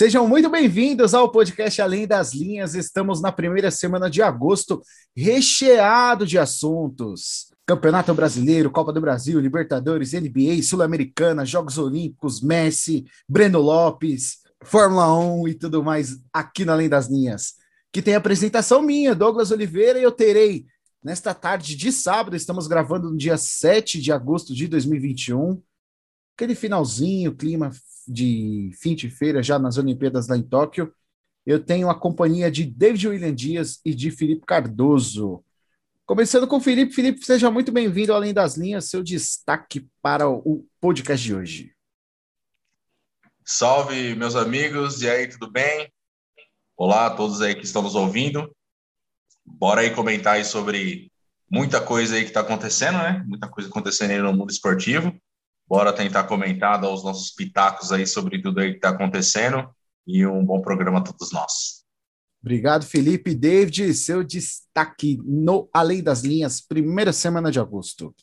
Sejam muito bem-vindos ao podcast Além das Linhas. Estamos na primeira semana de agosto, recheado de assuntos. Campeonato Brasileiro, Copa do Brasil, Libertadores, NBA, Sul-Americana, Jogos Olímpicos, Messi, Breno Lopes, Fórmula 1 e tudo mais aqui no Além das Linhas. Que tem apresentação minha, Douglas Oliveira, e eu terei, nesta tarde de sábado, estamos gravando no dia 7 de agosto de 2021, aquele finalzinho, clima de fim de feira já nas Olimpíadas lá em Tóquio. Eu tenho a companhia de David William Dias e de Felipe Cardoso. Começando com o Felipe. Felipe, seja muito bem-vindo ao Além das Linhas, seu destaque para o podcast de hoje. Salve, meus amigos, e aí, tudo bem? Olá a todos aí que estão nos ouvindo. Bora aí comentar aí sobre muita coisa aí que está acontecendo, né? Muita coisa acontecendo aí no mundo esportivo. Bora tentar comentar, dar os nossos pitacos aí sobre tudo aí que está acontecendo, e um bom programa a todos nós. Obrigado, Felipe. David, seu destaque no Além das Linhas, primeira semana de agosto.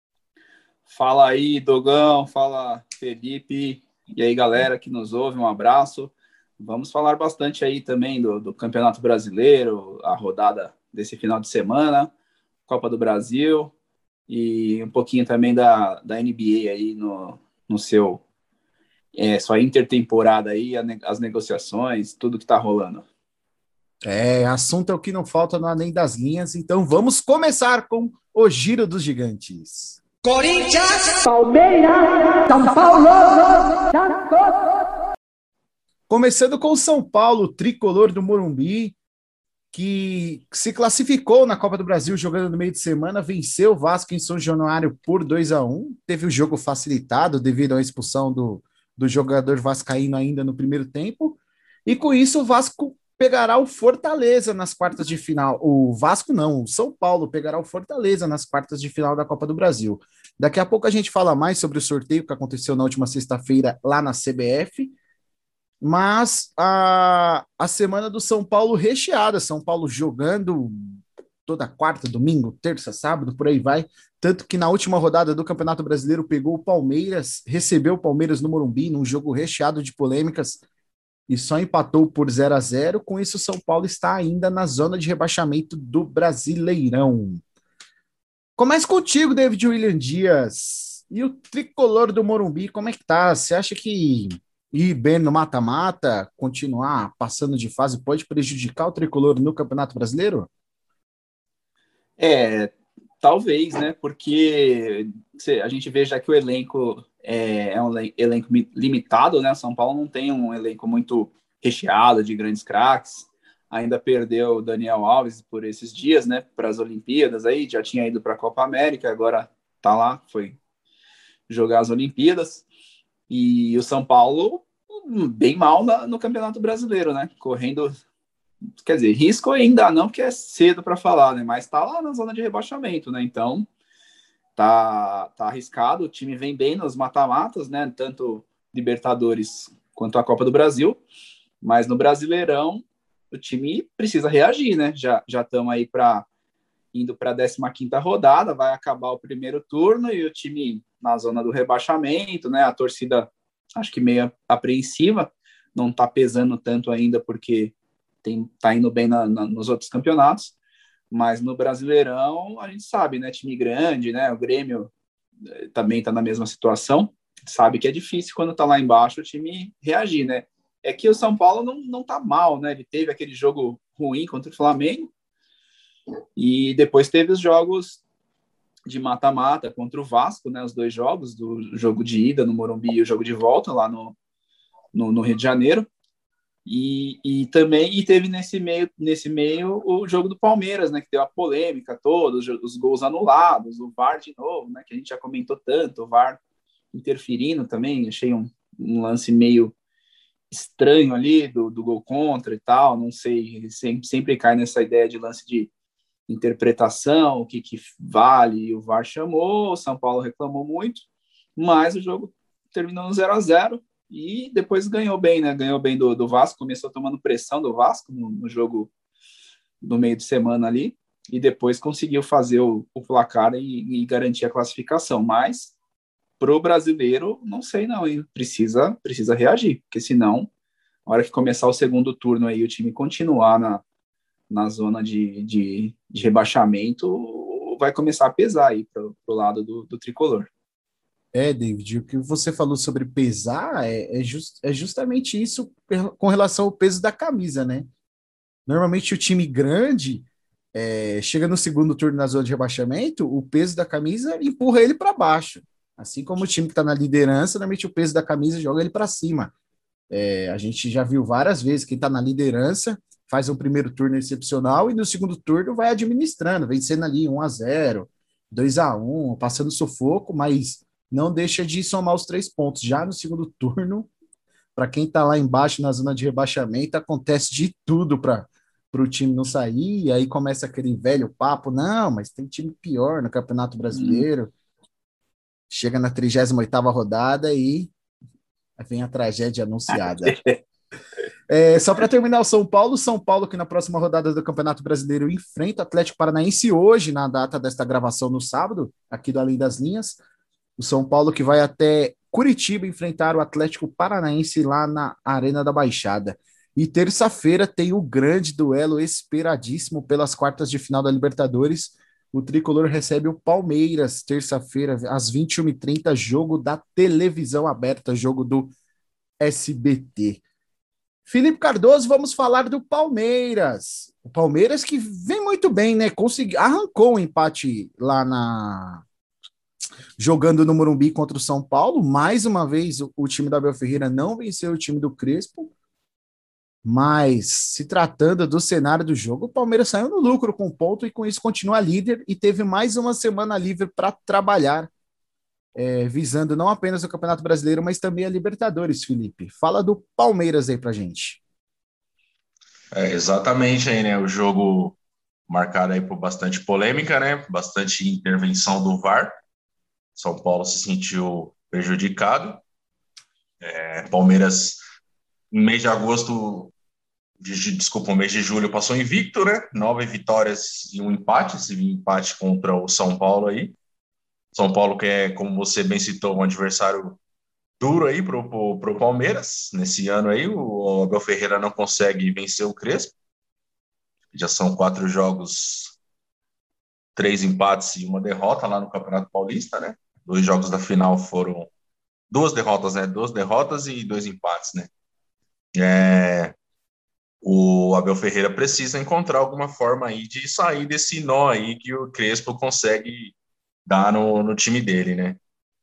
Fala aí, Dogão, fala Felipe, e aí galera que nos ouve, um abraço. Vamos falar bastante aí também do Campeonato Brasileiro, a rodada desse final de semana, Copa do Brasil, e um pouquinho também da NBA aí no seu sua intertemporada aí, as negociações, tudo que tá rolando. Assunto é o que não falta no Além das Linhas, então vamos começar com o Giro dos Gigantes. Corinthians, Palmeiras, São Paulo, Santos. Começando com o São Paulo, tricolor do Morumbi, que se classificou na Copa do Brasil jogando no meio de semana, venceu o Vasco em São Januário por 2-1, teve o jogo facilitado devido à expulsão do jogador vascaíno ainda no primeiro tempo, e com isso o Vasco pegará o Fortaleza nas quartas de final. O Vasco não, o São Paulo pegará o Fortaleza nas quartas de final da Copa do Brasil. Daqui a pouco a gente fala mais sobre o sorteio que aconteceu na última sexta-feira lá na CBF, mas a semana do São Paulo recheada, São Paulo jogando toda quarta, domingo, terça, sábado, por aí vai, tanto que na última rodada do Campeonato Brasileiro pegou o Palmeiras, recebeu o Palmeiras no Morumbi, num jogo recheado de polêmicas, e só empatou por 0-0. Com isso, o São Paulo está ainda na zona de rebaixamento do Brasileirão. Começa contigo, David William Dias. E o tricolor do Morumbi, como é que tá? Você acha que ir bem no mata-mata, continuar passando de fase, pode prejudicar o tricolor no Campeonato Brasileiro? Talvez, né? Porque a gente vê já que o elenco é um elenco limitado, né? São Paulo não tem um elenco muito recheado de grandes craques. Ainda perdeu o Daniel Alves por esses dias, né? Para as Olimpíadas aí, já tinha ido para a Copa América, agora tá lá, foi jogar as Olimpíadas. E o São Paulo bem mal no Campeonato Brasileiro, né? Correndo, quer dizer, risco ainda não, porque é cedo para falar, né? Mas tá lá na zona de rebaixamento, né? Então tá arriscado. O time vem bem nos mata-matas, né? Tanto Libertadores quanto a Copa do Brasil, mas no Brasileirão o time precisa reagir, né? Já estamos aí indo para a 15ª rodada, vai acabar o primeiro turno e o time na zona do rebaixamento, né? A torcida acho que meio apreensiva, não está pesando tanto ainda porque tá indo bem nos outros campeonatos, mas no Brasileirão a gente sabe, né? Time grande, né? O Grêmio também está na mesma situação, sabe que é difícil quando está lá embaixo o time reagir, né? É que o São Paulo não tá mal, né? Ele teve aquele jogo ruim contra o Flamengo e depois teve os jogos de mata-mata contra o Vasco, né? Os dois jogos, do jogo de ida no Morumbi e o jogo de volta lá no Rio de Janeiro. E também teve nesse meio o jogo do Palmeiras, né, que deu a polêmica toda, os gols anulados, o VAR de novo, né, que a gente já comentou tanto, o VAR interferindo também, achei um lance meio estranho ali do gol contra e tal, não sei, sempre cai nessa ideia de lance de interpretação, o que vale, e o VAR chamou, o São Paulo reclamou muito, mas o jogo terminou no 0-0, e depois ganhou bem, né? Ganhou bem do Vasco, começou tomando pressão do Vasco no jogo do meio de semana ali, e depois conseguiu fazer o placar e garantir a classificação. Mas pro brasileiro, não sei não, hein? Precisa reagir, porque senão a hora que começar o segundo turno aí, o time continuar na zona de rebaixamento, vai começar a pesar aí pro lado do tricolor. David, o que você falou sobre pesar é justamente isso com relação ao peso da camisa, né? Normalmente o time grande chega no segundo turno na zona de rebaixamento, o peso da camisa empurra ele para baixo. Assim como o time que está na liderança, normalmente o peso da camisa joga ele para cima. A gente já viu várias vezes quem está na liderança faz um primeiro turno excepcional e no segundo turno vai administrando, vencendo ali 1-0, 2-1, passando sufoco, mas não deixa de somar os 3 pontos. Já no segundo turno, para quem está lá embaixo na zona de rebaixamento, acontece de tudo para o time não sair, e aí começa aquele velho papo, não, mas tem time pior no Campeonato Brasileiro. Chega na 38ª rodada e vem a tragédia anunciada. Só para terminar, o São Paulo que na próxima rodada do Campeonato Brasileiro enfrenta o Atlético Paranaense hoje, na data desta gravação no sábado, aqui do Além das Linhas. O São Paulo que vai até Curitiba enfrentar o Atlético Paranaense lá na Arena da Baixada. E terça-feira tem o grande duelo esperadíssimo pelas quartas de final da Libertadores. O Tricolor recebe o Palmeiras, terça-feira, às 21h30, jogo da televisão aberta, jogo do SBT. Felipe Cardoso, vamos falar do Palmeiras. O Palmeiras que vem muito bem, né? Arrancou um empate lá jogando no Morumbi contra o São Paulo. Mais uma vez, o time da Abel Ferreira não venceu o time do Crespo. Mas, se tratando do cenário do jogo, o Palmeiras saiu no lucro com ponto e com isso continua líder e teve mais uma semana livre para trabalhar, visando não apenas o Campeonato Brasileiro, mas também a Libertadores, Felipe. Fala do Palmeiras aí pra gente. Exatamente aí, né? O jogo marcado aí por bastante polêmica, né? Bastante intervenção do VAR. São Paulo se sentiu prejudicado. Palmeiras, no mês de agosto, o mês de julho passou invicto, né? 9 vitórias e um empate, esse empate contra o São Paulo aí. São Paulo que é, como você bem citou, um adversário duro aí pro Palmeiras. Nesse ano aí, o Abel Ferreira não consegue vencer o Crespo. Já são 4 jogos, 3 empates e uma derrota lá no Campeonato Paulista, né? 2 jogos da final foram 2 derrotas, né? 2 derrotas e 2 empates, né? O Abel Ferreira precisa encontrar alguma forma aí de sair desse nó aí que o Crespo consegue dar no time dele, né?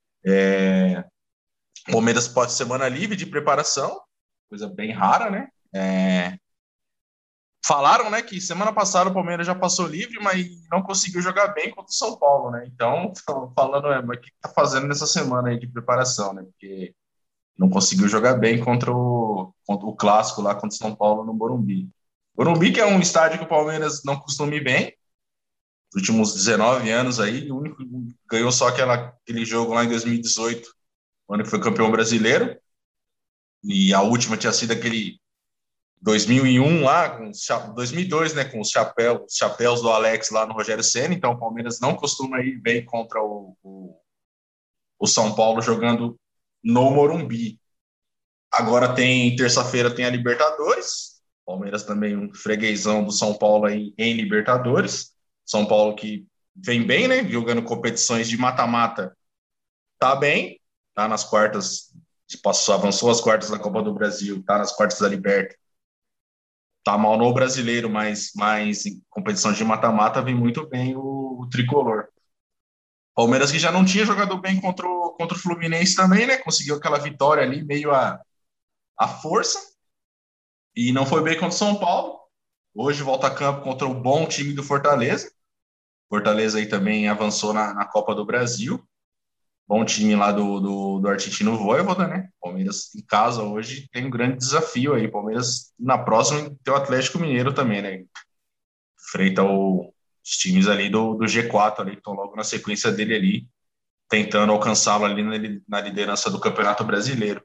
O Palmeiras pode semana livre de preparação, coisa bem rara, né? Falaram, né, que semana passada o Palmeiras já passou livre, mas não conseguiu jogar bem contra o São Paulo, né? Então, estão falando, mas o que tá fazendo nessa semana aí de preparação, né? Porque não conseguiu jogar bem contra o clássico lá contra o São Paulo no Morumbi. Morumbi, que é um estádio que o Palmeiras não costuma ir bem, nos últimos 19 anos aí, o único ganhou só aquele jogo lá em 2018, quando foi campeão brasileiro, e a última tinha sido aquele 2001 lá, 2002, né, com os chapéus do Alex lá no Rogério Ceni. Então o Palmeiras não costuma ir bem contra o São Paulo jogando no Morumbi. Agora terça-feira tem a Libertadores, Palmeiras também um freguesão do São Paulo aí em Libertadores. São Paulo que vem bem, né, jogando competições de mata-mata, tá bem, tá nas quartas, avançou as quartas da Copa do Brasil, tá nas quartas da Libertadores. Tá mal no brasileiro, mas em competição de mata-mata vem muito bem o tricolor. Palmeiras que já não tinha jogado bem contra o Fluminense também, né? Conseguiu aquela vitória ali, meio a força. E não foi bem contra o São Paulo. Hoje volta a campo contra o bom time do Fortaleza. Fortaleza aí também avançou na Copa do Brasil. Bom time lá do argentino Vojvoda, né? Palmeiras em casa hoje tem um grande desafio aí. Palmeiras na próxima tem o Atlético Mineiro também, né? Enfrenta os times ali do G4 ali, que estão logo na sequência dele ali, tentando alcançá-lo ali na liderança do Campeonato Brasileiro.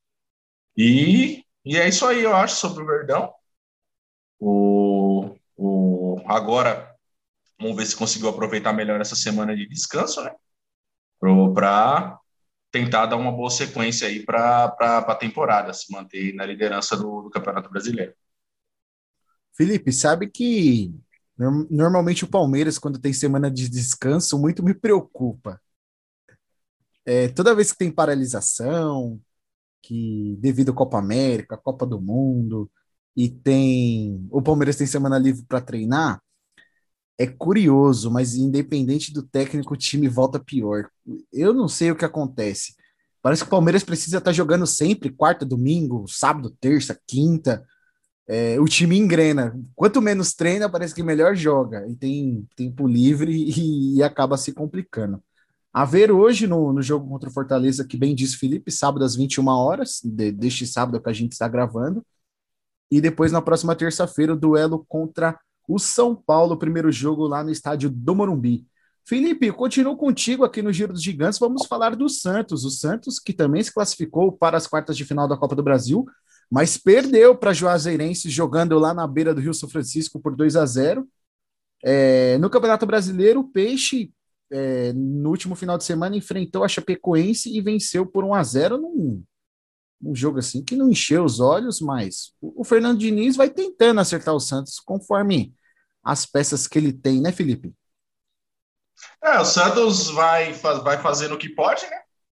E é isso aí, eu acho, sobre o Verdão. Agora, vamos ver se conseguiu aproveitar melhor essa semana de descanso, né? Para tentar dar uma boa sequência aí para a temporada, se manter na liderança do Campeonato Brasileiro. Felipe, sabe que normalmente o Palmeiras, quando tem semana de descanso, muito me preocupa. Toda vez que tem paralisação, que devido à Copa América, Copa do Mundo, o Palmeiras tem semana livre para treinar, é curioso, mas independente do técnico, o time volta pior. Eu não sei o que acontece. Parece que o Palmeiras precisa estar jogando sempre, quarta, domingo, sábado, terça, quinta. O time engrena. Quanto menos treina, parece que melhor joga. E tem tempo livre e acaba se complicando. A ver hoje no jogo contra o Fortaleza, que bem disse Felipe, sábado às 21 horas, deste sábado que a gente está gravando. E depois, na próxima terça-feira, o duelo contra o São Paulo, o primeiro jogo lá no estádio do Morumbi. Felipe, eu continuo contigo aqui no Giro dos Gigantes. Vamos falar do Santos. O Santos, que também se classificou para as quartas de final da Copa do Brasil, mas perdeu para Juazeirense jogando lá na beira do Rio São Francisco por 2-0. No Campeonato Brasileiro, o Peixe, no último final de semana, enfrentou a Chapecoense e venceu por 1-0 num jogo assim que não encheu os olhos, mas o Fernando Diniz vai tentando acertar o Santos conforme as peças que ele tem, né, Felipe? O Santos vai fazendo o que pode,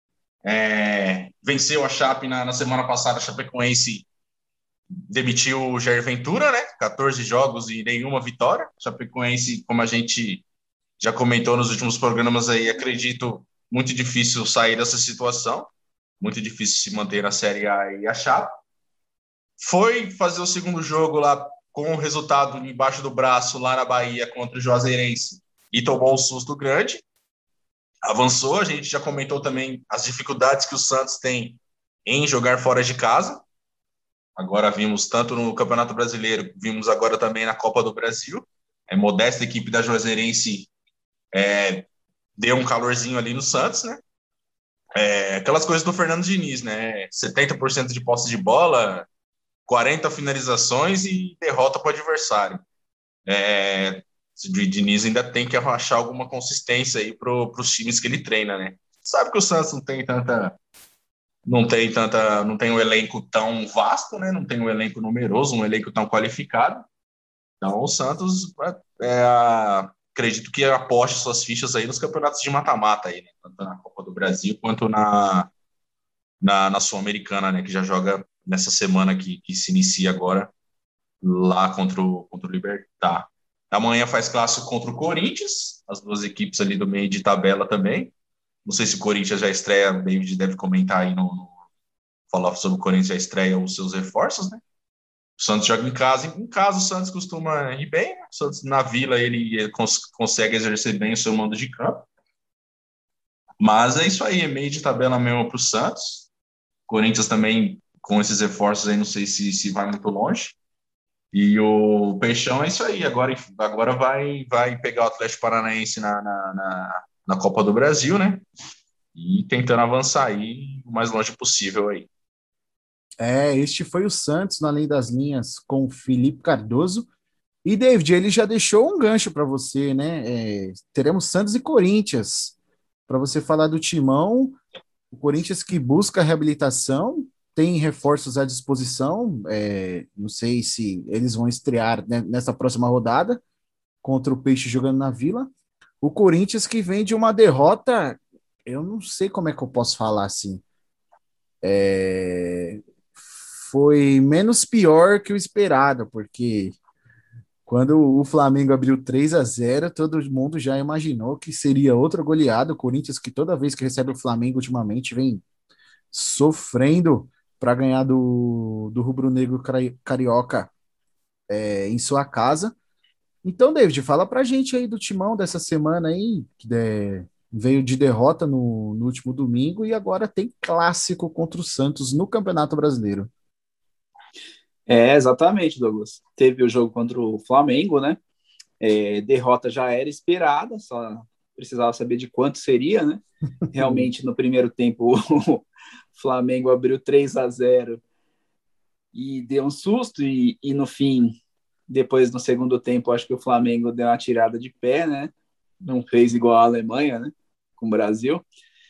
né? Venceu a Chape na semana passada, a Chapecoense demitiu o Jair Ventura, né? 14 jogos e nenhuma vitória. Chapecoense, como a gente já comentou nos últimos programas aí, acredito muito difícil sair dessa situação, muito difícil se manter na Série A e a Chape. Foi fazer o segundo jogo lá com o resultado embaixo do braço lá na Bahia contra o Juazeirense e tomou um susto grande. Avançou, a gente já comentou também as dificuldades que o Santos tem em jogar fora de casa. Agora vimos tanto no Campeonato Brasileiro, vimos agora também na Copa do Brasil. A modesta equipe da Juazeirense deu um calorzinho ali no Santos, né? Aquelas coisas do Fernando Diniz, né? 70% de posse de bola, 40 finalizações e derrota para o adversário. O Diniz ainda tem que achar alguma consistência aí para os times que ele treina, né? Sabe que o Santos não tem um elenco tão vasto, né? Não tem um elenco numeroso, um elenco tão qualificado. Então o Santos acredito que aposte suas fichas aí nos campeonatos de mata-mata aí, né? Tanto na Copa do Brasil quanto na Sul-Americana, né? Que já joga nessa semana que se inicia agora lá contra o Libertad. Amanhã faz clássico contra o Corinthians, as duas equipes ali do meio de tabela também. Não sei se o Corinthians já estreia, o David deve comentar aí falar sobre o Corinthians já estreia os seus reforços, né? O Santos joga em casa. Em casa o Santos costuma ir bem, né? O Santos na Vila ele consegue exercer bem o seu mando de campo. Mas é isso aí, é meio de tabela mesmo para o Santos. Corinthians também, com esses reforços aí, não sei se vai muito longe. E o Peixão é isso aí, agora vai pegar o Atlético Paranaense na Copa do Brasil, né? E tentando avançar aí o mais longe possível aí. Este foi o Santos na Além das Linhas com o Felipe Cardoso. E, David, ele já deixou um gancho para você, né? Teremos Santos e Corinthians para você falar do Timão. O Corinthians que busca reabilitação, tem reforços à disposição. Não sei se eles vão estrear, né, nessa próxima rodada contra o Peixe jogando na Vila. O Corinthians que vem de uma derrota, eu não sei como é que eu posso falar assim. Foi menos pior que o esperado, porque quando o Flamengo abriu 3-0, todo mundo já imaginou que seria outra goleada. O Corinthians, que toda vez que recebe o Flamengo ultimamente, vem sofrendo para ganhar do rubro-negro carioca em sua casa. Então, David, fala pra gente aí do Timão dessa semana aí, que veio de derrota no último domingo e agora tem clássico contra o Santos no Campeonato Brasileiro. Exatamente, Douglas. Teve o jogo contra o Flamengo, né? Derrota já era esperada, só precisava saber de quanto seria, né? Realmente, no primeiro tempo, o Flamengo abriu 3-0 e deu um susto, e no fim, depois no segundo tempo, acho que o Flamengo deu uma tirada de pé, né? Não fez igual a Alemanha, né? Com o Brasil.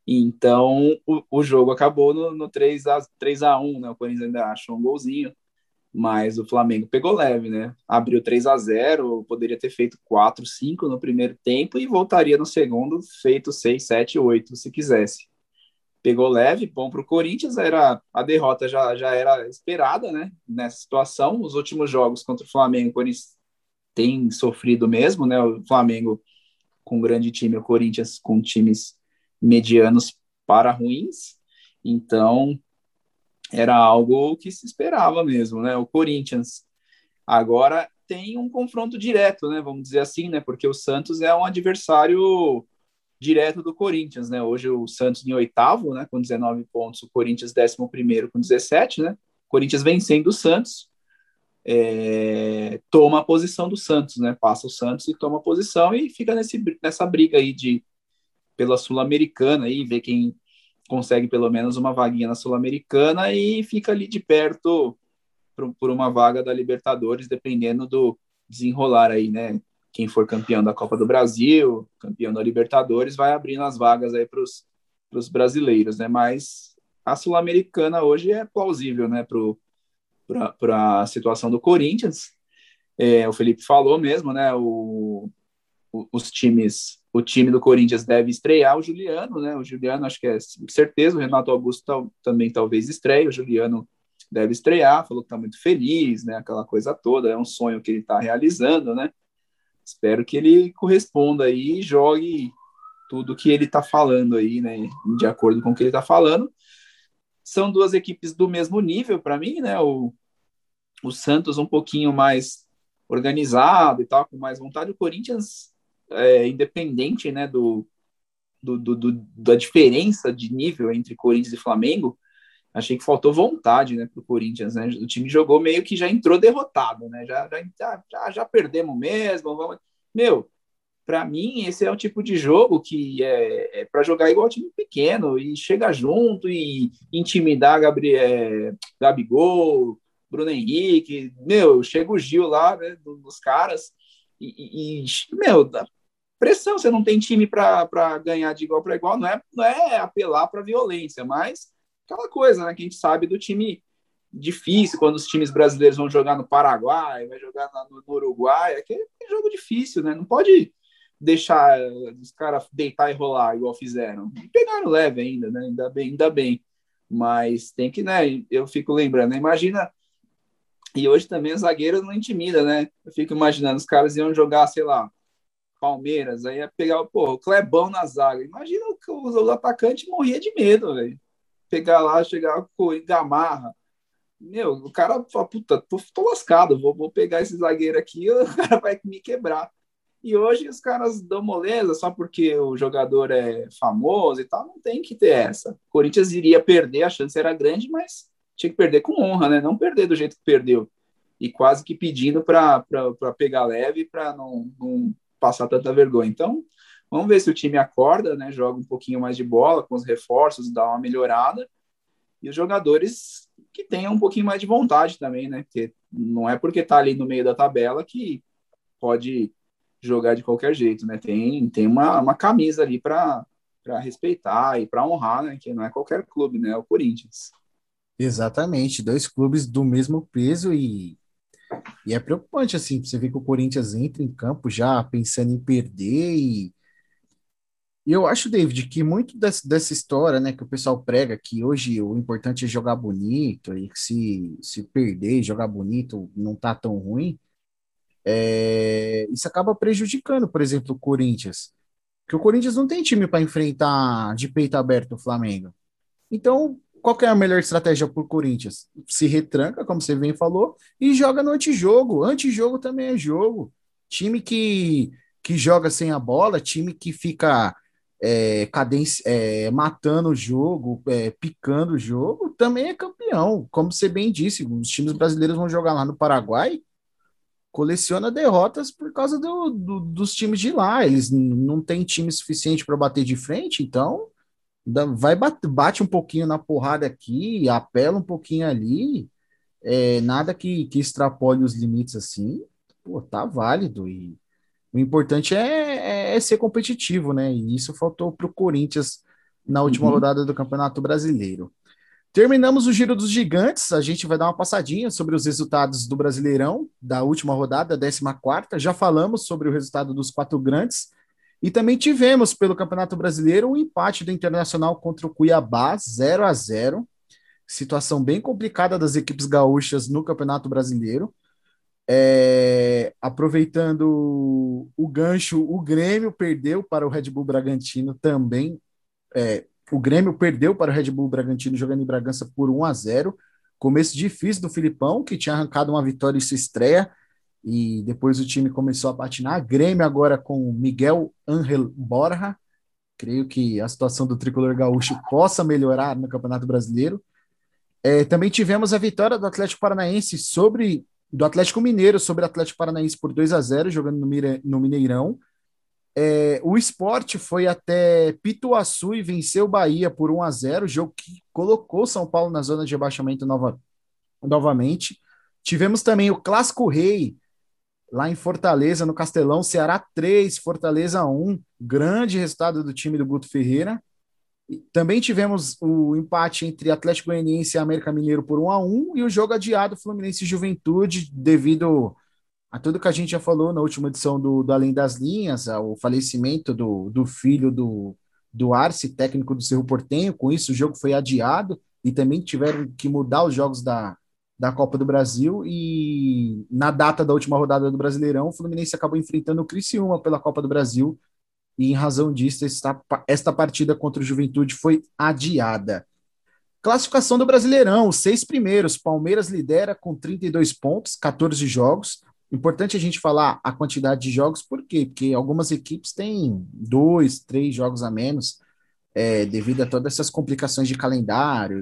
Então, o jogo acabou no 3-1, né? O Corinthians ainda achou um golzinho, mas o Flamengo pegou leve, né? Abriu 3-0, poderia ter feito 4-5 no primeiro tempo e voltaria no segundo, feito 6-7-8, se quisesse. Pegou leve, bom para o Corinthians, a derrota já era esperada, né? Nessa situação, os últimos jogos contra o Flamengo, o Corinthians tem sofrido mesmo, né? O Flamengo com um grande time, o Corinthians com times medianos para ruins, então era algo que se esperava mesmo, né? O Corinthians agora tem um confronto direto, né? Vamos dizer assim, né? Porque o Santos é um adversário direto do Corinthians, né? Hoje o Santos em oitavo, né? Com 19 pontos, o Corinthians 11º com 17, né? O Corinthians vencendo o Santos, toma a posição do Santos, né? Passa o Santos e toma a posição e fica nessa briga aí pela Sul-Americana aí, ver quem consegue pelo menos uma vaguinha na Sul-Americana e fica ali de perto por uma vaga da Libertadores, dependendo do desenrolar aí, né? Quem for campeão da Copa do Brasil, campeão da Libertadores, vai abrindo as vagas aí para os brasileiros, né? Mas a Sul-Americana hoje é plausível, né? Para a situação do Corinthians. O Felipe falou mesmo, né? O time do Corinthians deve estrear o Juliano, né? O Juliano, acho que é certeza, o Renato Augusto também talvez estreie, o Juliano deve estrear, falou que está muito feliz, né? Aquela coisa toda, é um sonho que ele está realizando, né? Espero que ele corresponda aí e jogue tudo que ele está falando aí, né? De acordo com o que ele está falando. São duas equipes do mesmo nível para mim, né? O Santos um pouquinho mais organizado e tal, com mais vontade. O Corinthians independente, né, da diferença de nível entre Corinthians e Flamengo, achei que faltou vontade, né, para o Corinthians, né? O time jogou meio que já entrou derrotado, né? Já perdemos mesmo. Meu, para mim, esse é o tipo de jogo que é para jogar igual time pequeno e chegar junto e intimidar Gabigol, Bruno Henrique. Meu, chega o Gil lá, né, dos caras meu, pressão, você não tem time para ganhar de igual para igual, não é apelar para violência, mas aquela coisa, né, que a gente sabe do time difícil, quando os times brasileiros vão jogar no Paraguai, vai jogar no Uruguai, é jogo difícil, né? Não pode deixar os caras deitar e rolar igual fizeram. E pegaram leve ainda, né? Ainda bem. Mas tem que, né? Eu fico lembrando, né? Imagina. E hoje também os zagueiros não intimida, né? Eu fico imaginando, os caras iam jogar, sei lá, Palmeiras, aí ia pegar o Clebão na zaga. Imagina os atacantes morria de medo, velho. Pegar lá, chegar com o Gamarra. Meu, o cara fala, puta, tô lascado, vou pegar esse zagueiro aqui, o cara vai me quebrar. E hoje os caras dão moleza só porque o jogador é famoso e tal, não tem que ter essa. O Corinthians iria perder, a chance era grande, mas tinha que perder com honra, né? Não perder do jeito que perdeu. E quase que pedindo para pegar leve, para não passar tanta vergonha. Então, vamos ver se o time acorda, né? Joga um pouquinho mais de bola com os reforços, dá uma melhorada. E os jogadores que tenham um pouquinho mais de vontade também, né? Porque não é porque tá ali no meio da tabela que pode jogar de qualquer jeito, né? Tem uma camisa ali para respeitar e para honrar, né? Que não é qualquer clube, né? É o Corinthians. Exatamente, dois clubes do mesmo peso e é preocupante, assim, você vê que o Corinthians entra em campo já pensando em perder e eu acho, David, que muito dessa história, né, que o pessoal prega que hoje o importante é jogar bonito e que se perder e jogar bonito não tá tão ruim, isso acaba prejudicando, por exemplo, o Corinthians, porque o Corinthians não tem time para enfrentar de peito aberto o Flamengo. Então, qual que é a melhor estratégia para o Corinthians? Se retranca, como você bem falou, e joga no antijogo. Antijogo também é jogo. Time que joga sem a bola, time que fica matando o jogo, picando o jogo, também é campeão. Como você bem disse, os times brasileiros vão jogar lá no Paraguai, coleciona derrotas por causa dos times de lá. Eles não têm time suficiente para bater de frente, então bate um pouquinho na porrada aqui, apela um pouquinho ali, nada que extrapole os limites assim, pô, tá válido. E o importante é ser competitivo, né? E isso faltou pro Corinthians na última rodada do Campeonato Brasileiro. Terminamos o Giro dos Gigantes, a gente vai dar uma passadinha sobre os resultados do Brasileirão, da última rodada, 14ª, já falamos sobre o resultado dos 4 grandes, e também tivemos pelo Campeonato Brasileiro um empate do Internacional contra o Cuiabá, 0-0, situação bem complicada das equipes gaúchas no Campeonato Brasileiro. Aproveitando o gancho, o Grêmio perdeu para o Red Bull Bragantino também, o Grêmio perdeu para o Red Bull Bragantino jogando em Bragança por 1-0. Começo difícil do Filipão, que tinha arrancado uma vitória em sua estreia, e depois o time começou a patinar. Grêmio agora com Miguel Ángel Borja. Creio que a situação do tricolor gaúcho possa melhorar no Campeonato Brasileiro. Também tivemos a vitória do Atlético Paranaense do Atlético Mineiro sobre o Atlético Paranaense por 2-0, jogando no Mineirão. O Sport foi até Pituaçu e venceu o Bahia por 1-0, jogo que colocou São Paulo na zona de rebaixamento novamente. Tivemos também o Clássico Rei, lá em Fortaleza, no Castelão, Ceará 3, Fortaleza 1, grande resultado do time do Guto Ferreira. Também tivemos o empate entre Atlético Goianiense e América Mineiro por 1-1 e o jogo adiado Fluminense e Juventude devido a tudo que a gente já falou na última edição do Além das Linhas, ao falecimento do filho do Arce, técnico do Cerro Porteño. Com isso, o jogo foi adiado e também tiveram que mudar os jogos da Copa do Brasil. E na data da última rodada do Brasileirão, o Fluminense acabou enfrentando o Criciúma pela Copa do Brasil e, em razão disso, esta partida contra o Juventude foi adiada. Classificação do Brasileirão, os 6 primeiros. Palmeiras lidera com 32 pontos, 14 jogos. Importante a gente falar a quantidade de jogos, por quê? Porque algumas equipes têm 2, 3 jogos a menos, devido a todas essas complicações de calendário,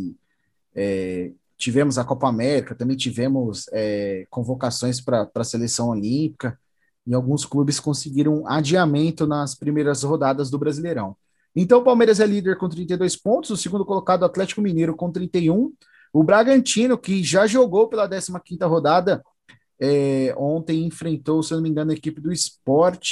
tivemos a Copa América, também tivemos convocações para a seleção olímpica, e alguns clubes conseguiram adiamento nas primeiras rodadas do Brasileirão. Então o Palmeiras é líder com 32 pontos, o segundo colocado Atlético Mineiro com 31, o Bragantino, que já jogou pela 15ª rodada, ontem enfrentou, se eu não me engano, a equipe do Sport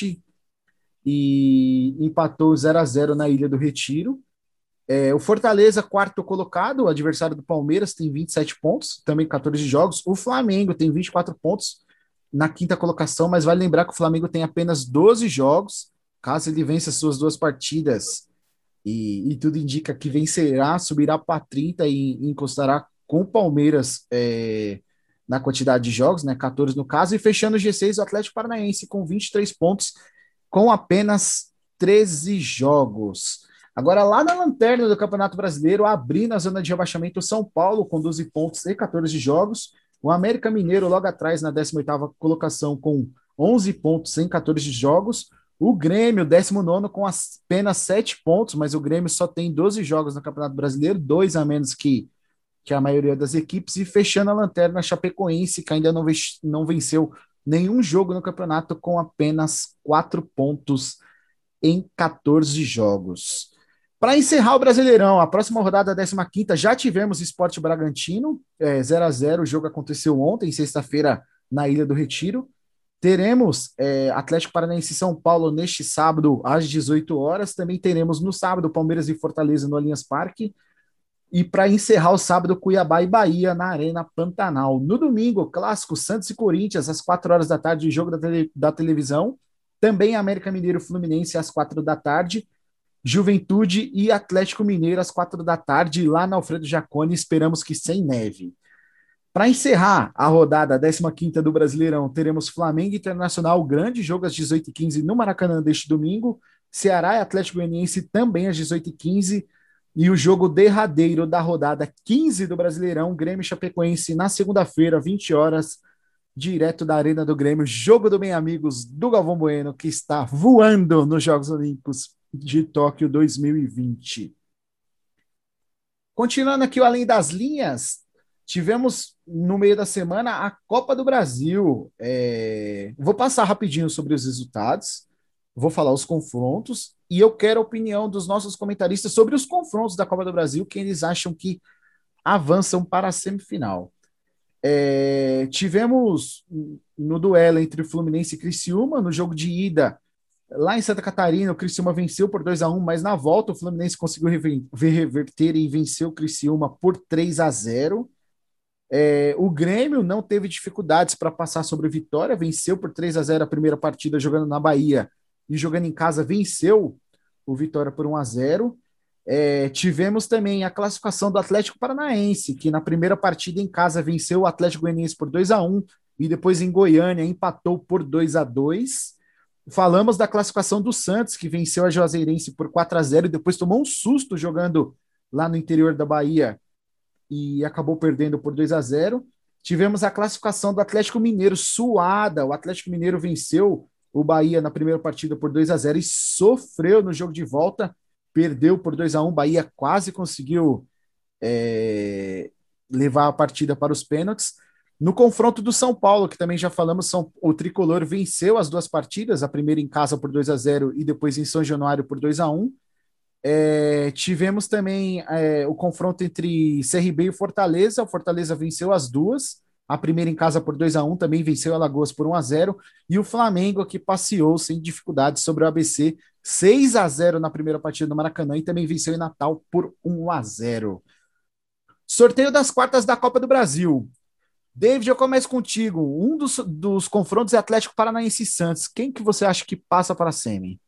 e empatou 0-0 na Ilha do Retiro. O Fortaleza, quarto colocado, o adversário do Palmeiras, tem 27 pontos, também 14 jogos. O Flamengo tem 24 pontos na 5ª colocação, mas vale lembrar que o Flamengo tem apenas 12 jogos. Caso ele vença suas 2 partidas, e tudo indica que vencerá, subirá para 30 e encostará com o Palmeiras na quantidade de jogos, 14 no caso, e fechando o G6, o Atlético Paranaense com 23 pontos, com apenas 13 jogos. Agora, lá na lanterna do Campeonato Brasileiro, abrindo a zona de rebaixamento, o São Paulo com 12 pontos e 14 jogos, o América Mineiro logo atrás na 18ª colocação com 11 pontos em 14 jogos, o Grêmio, 19º, com apenas 7 pontos, mas o Grêmio só tem 12 jogos no Campeonato Brasileiro, 2 a menos que a maioria das equipes, e fechando a lanterna, a Chapecoense, que ainda não venceu nenhum jogo no campeonato, com apenas 4 pontos em 14 jogos. Para encerrar o Brasileirão, a próxima rodada, 15ª, já tivemos Sport Bragantino, 0-0, o jogo aconteceu ontem, sexta-feira, na Ilha do Retiro. Teremos Atlético Paranaense e São Paulo neste sábado, às 18 horas. Também teremos no sábado Palmeiras e Fortaleza no Allianz Parque. E para encerrar o sábado, Cuiabá e Bahia na Arena Pantanal. No domingo, clássico Santos e Corinthians, às 4 horas da tarde, jogo da televisão. Também América Mineiro e Fluminense, às 4 da tarde. Juventude e Atlético Mineiro, às 4 da tarde, lá na Alfredo Jaconi, esperamos que sem neve. Para encerrar a rodada 15ª do Brasileirão, teremos Flamengo e Internacional, grande jogo às 18h15 no Maracanã deste domingo. Ceará e Atlético Goianiense também às 18h15. E o jogo derradeiro da rodada 15 do Brasileirão, Grêmio e Chapecoense, na segunda-feira, 20 horas, direto da Arena do Grêmio, jogo do bem-amigos do Galvão Bueno, que está voando nos Jogos Olímpicos de Tóquio 2020. Continuando aqui o Além das Linhas, tivemos no meio da semana a Copa do Brasil. Vou passar rapidinho sobre os resultados, vou falar os confrontos, e eu quero a opinião dos nossos comentaristas sobre os confrontos da Copa do Brasil, quem eles acham que avançam para a semifinal. Tivemos no duelo entre Fluminense e Criciúma, no jogo de ida, Lá em Santa Catarina, o Criciúma venceu por 2-1, mas na volta o Fluminense conseguiu reverter e venceu o Criciúma por 3-0. O Grêmio não teve dificuldades para passar sobre o Vitória, venceu por 3-0 a primeira partida jogando na Bahia e jogando em casa venceu o Vitória por 1-0. Tivemos também a classificação do Atlético Paranaense, que na primeira partida em casa venceu o Atlético Goianiense por 2-1 e depois em Goiânia empatou por 2-2. Falamos da classificação do Santos, que venceu a Juazeirense por 4-0 e depois tomou um susto jogando lá no interior da Bahia e acabou perdendo por 2-0. Tivemos a classificação do Atlético Mineiro suada. O Atlético Mineiro venceu o Bahia na primeira partida por 2-0 e sofreu no jogo de volta, perdeu por 2-1. Bahia quase conseguiu levar a partida para os pênaltis. No confronto do São Paulo, que também já falamos, o Tricolor venceu as duas partidas, a primeira em casa por 2-0 e depois em São Januário por 2-1. Tivemos também o confronto entre CRB e Fortaleza. O Fortaleza venceu as duas. A primeira em casa por 2-1, também venceu a Alagoas por 1-0. E o Flamengo, que passeou sem dificuldades sobre o ABC, 6-0 na primeira partida do Maracanã e também venceu em Natal por 1-0. Sorteio das quartas da Copa do Brasil. David, eu começo contigo. Um dos confrontos é Atlético Paranaense e Santos. Quem que você acha que passa para a semi?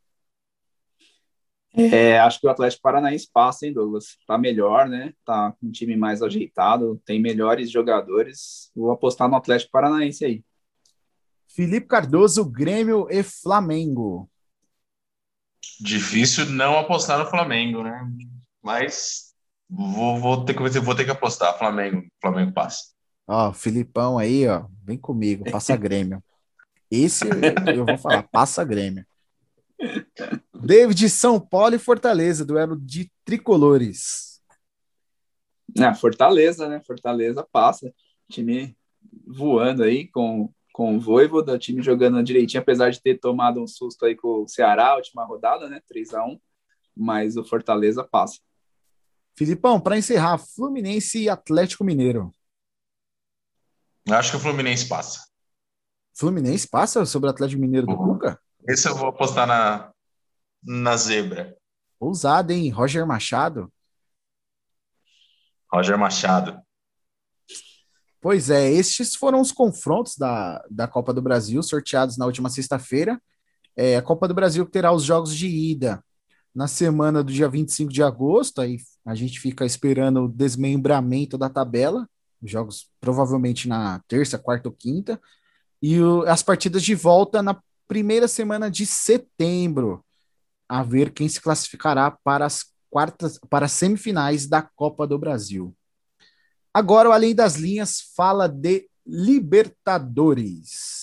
Acho que o Atlético Paranaense passa, hein, Douglas? Tá melhor, né? Tá com um time mais ajeitado, tem melhores jogadores. Vou apostar no Atlético Paranaense aí. Felipe Cardoso, Grêmio e Flamengo. Difícil não apostar no Flamengo, né? Mas vou ter que apostar. Flamengo passa. Ó, Filipão aí, ó, vem comigo, passa Grêmio. Esse eu vou falar, passa Grêmio. David, São Paulo e Fortaleza, duelo de tricolores. Fortaleza, né? Fortaleza passa. Time voando aí com o Vojvoda, time jogando direitinho, apesar de ter tomado um susto aí com o Ceará, última rodada, né? 3-1, mas o Fortaleza passa. Filipão, para encerrar, Fluminense e Atlético Mineiro. Acho que o Fluminense passa. Fluminense passa sobre o Atlético Mineiro do Cuca? Esse eu vou apostar na zebra. Ousado, hein? Roger Machado. Roger Machado. Pois é, estes foram os confrontos da Copa do Brasil, sorteados na última sexta-feira. A Copa do Brasil terá os jogos de ida na semana do dia 25 de agosto, aí a gente fica esperando o desmembramento da tabela, os jogos provavelmente na terça, quarta ou quinta, e as partidas de volta na primeira semana de setembro, a ver quem se classificará para as semifinais da Copa do Brasil. Agora, o Além das Linhas fala de Libertadores.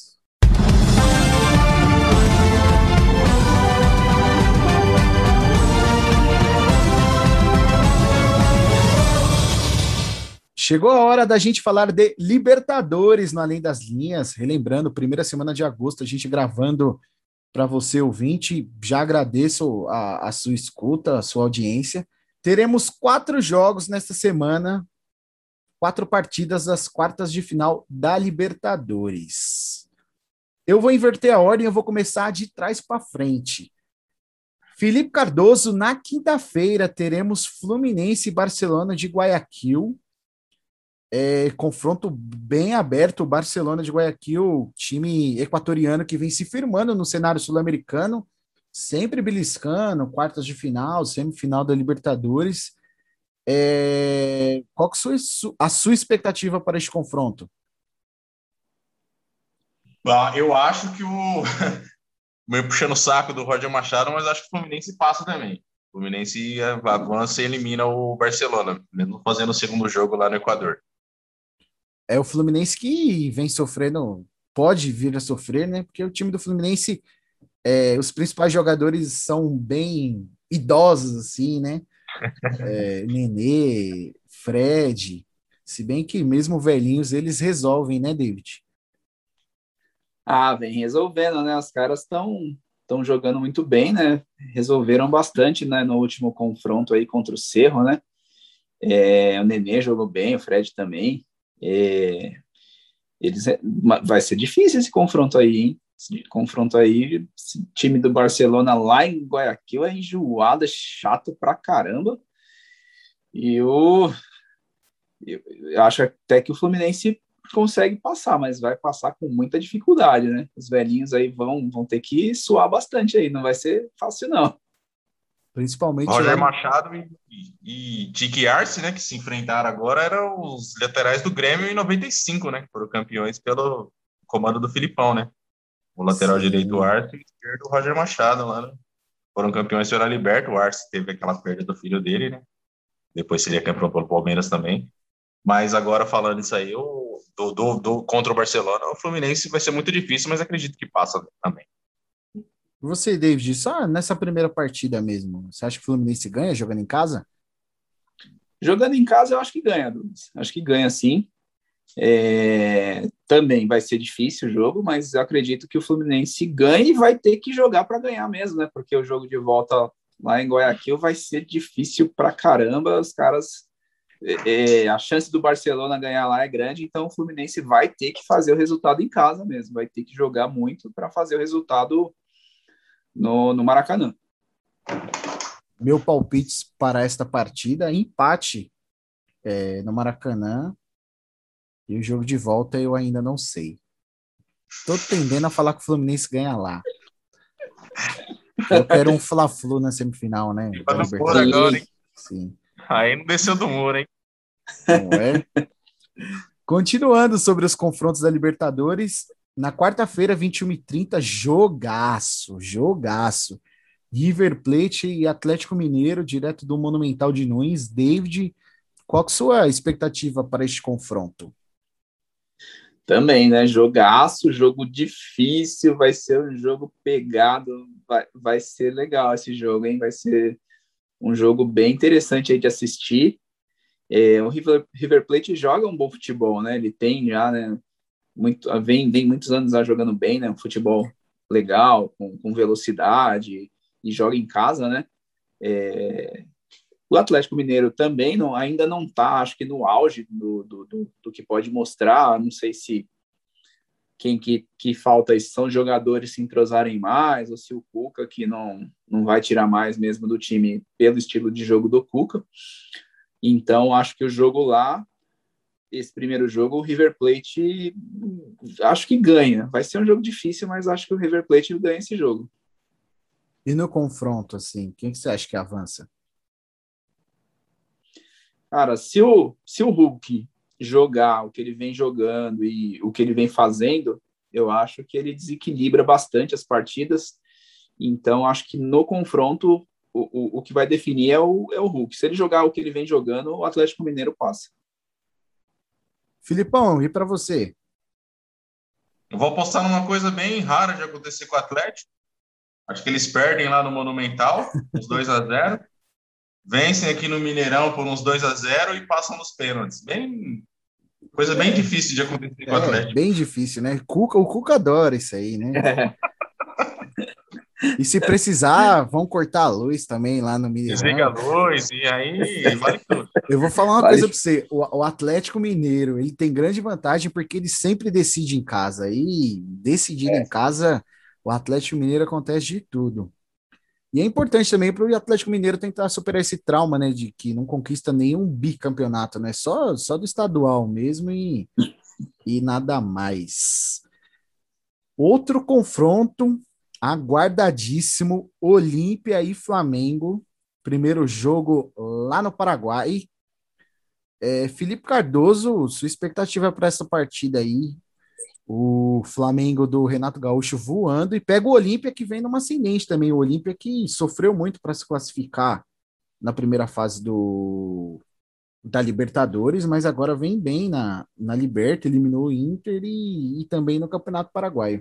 Chegou a hora da gente falar de Libertadores no Além das Linhas. Relembrando, primeira semana de agosto, a gente gravando para você, ouvinte. Já agradeço a sua escuta, a sua audiência. Teremos 4 jogos nesta semana, 4 partidas das quartas de final da Libertadores. Eu vou inverter a ordem, eu vou começar de trás para frente. Felipe Cardoso, na quinta-feira, teremos Fluminense e Barcelona de Guayaquil. Confronto bem aberto, o Barcelona de Guayaquil, time equatoriano que vem se firmando no cenário sul-americano, sempre beliscando, quartas de final, semifinal da Libertadores. Qual que é a sua expectativa para este confronto? Eu acho que meio puxando o saco do Roger Machado, mas acho que o Fluminense passa também. O Fluminense avança e elimina o Barcelona, mesmo fazendo o segundo jogo lá no Equador. É o Fluminense que vem sofrendo, pode vir a sofrer, né? Porque o time do Fluminense, os principais jogadores são bem idosos, assim, né? Nenê, Fred, se bem que mesmo velhinhos eles resolvem, né, David? Vem resolvendo, né? Os caras estão jogando muito bem, né? Resolveram bastante, né? No último confronto aí contra o Cerro, né? O Nenê jogou bem, o Fred também. Vai ser difícil esse confronto aí, hein? Esse confronto aí, esse time do Barcelona lá em Guayaquil é enjoado, é chato pra caramba. E eu acho até que o Fluminense consegue passar, mas vai passar com muita dificuldade, né? Os velhinhos aí vão ter que suar bastante aí, não vai ser fácil, não. Principalmente Roger lá. Machado e Tiki Arce, né, que se enfrentaram agora, eram os laterais do Grêmio em 95, né? Foram campeões pelo comando do Filipão, né? O lateral direito, o Sim. Arce, e o esquerdo, o Roger Machado, lá, né? Foram campeões pela Liberta. O Arce teve aquela perda do filho dele, né? Depois seria campeão pelo Palmeiras também. Mas agora, falando isso aí, contra o Barcelona, o Fluminense vai ser muito difícil, mas acredito que passa também. Você, David, só nessa primeira partida mesmo, você acha que o Fluminense ganha jogando em casa? Jogando em casa, eu acho que ganha, Douglas. Acho que ganha, sim. Também vai ser difícil o jogo, mas eu acredito que o Fluminense ganha e vai ter que jogar para ganhar mesmo, né? Porque o jogo de volta lá em Guayaquil vai ser difícil para caramba. Os caras, a chance do Barcelona ganhar lá é grande, então o Fluminense vai ter que fazer o resultado em casa mesmo, vai ter que jogar muito para fazer o resultado no Maracanã. Meu palpite para esta partida, empate no Maracanã, e o jogo de volta eu ainda não sei. Tô tendendo a falar que o Fluminense ganha lá. Eu quero um Fla-Flu na semifinal, né? Da Tá no muro Libertadores. agora, hein? Sim. Aí não desceu do muro, hein? Não é? Continuando sobre os confrontos da Libertadores, na quarta-feira, 21h30, jogaço, jogaço. River Plate e Atlético Mineiro, direto do Monumental de Nunes. David, qual que é a sua expectativa para este confronto? Também, né? Jogaço, jogo difícil, vai ser um jogo pegado, vai ser legal esse jogo, hein? Vai ser um jogo bem interessante aí de assistir. O River Plate joga um bom futebol, né? Ele tem já, né? Vem muitos anos já jogando bem, né? Um futebol legal, com velocidade, e joga em casa, né? O Atlético Mineiro também ainda não está, acho que no auge do que pode mostrar. Não sei se quem que falta são jogadores se entrosarem mais, ou se o Cuca, que não vai tirar mais mesmo do time pelo estilo de jogo do Cuca. Então, acho que o jogo lá, esse primeiro jogo, o River Plate, acho que ganha. Vai ser um jogo difícil, mas acho que o River Plate ganha esse jogo. E no confronto, assim, quem que você acha que avança? Cara, se o Hulk jogar o que ele vem jogando e o que ele vem fazendo, eu acho que ele desequilibra bastante as partidas. Então, acho que no confronto, o que vai definir é o Hulk. Se ele jogar o que ele vem jogando, o Atlético Mineiro passa. Filipão, e para você? Eu vou apostar numa coisa bem rara de acontecer com o Atlético. Acho que eles perdem lá no Monumental, uns 2-0. Vencem aqui no Mineirão por uns 2-0 e passam nos pênaltis. Coisa bem difícil de acontecer com o Atlético. Bem difícil, né? O Cuca adora isso aí, né? E se precisar, vão cortar a luz também lá no Mineirão. Desliga a luz e aí vale tudo. Eu vou falar uma coisa para você. O Atlético Mineiro, ele tem grande vantagem porque ele sempre decide em casa. E decidindo em casa, o Atlético Mineiro acontece de tudo. E é importante também para o Atlético Mineiro tentar superar esse trauma, né, de que não conquista nenhum bicampeonato, né, só do estadual mesmo e nada mais. Outro confronto aguardadíssimo, Olímpia e Flamengo, primeiro jogo lá no Paraguai. Felipe Cardoso, sua expectativa para essa partida aí? O Flamengo do Renato Gaúcho voando e pega o Olímpia, que vem numa ascendente também. O Olímpia que sofreu muito para se classificar na primeira fase da Libertadores, mas agora vem bem na Liberta, eliminou o Inter e também no Campeonato Paraguaio.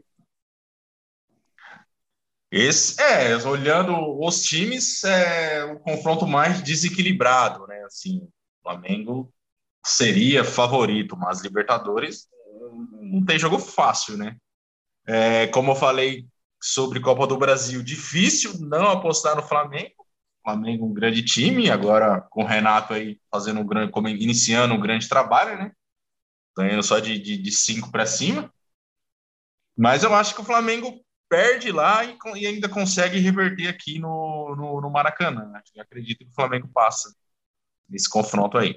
Olhando os times, é o confronto mais desequilibrado, né? Assim, o Flamengo seria favorito, mas Libertadores não tem jogo fácil, né? Como eu falei sobre Copa do Brasil, difícil não apostar no Flamengo. Flamengo um grande time, agora com o Renato aí iniciando um grande trabalho, né? Ganhando só de 5 para cima. Mas eu acho que o Flamengo perde lá e ainda consegue reverter aqui no Maracanã. Eu acredito que o Flamengo passa nesse confronto aí.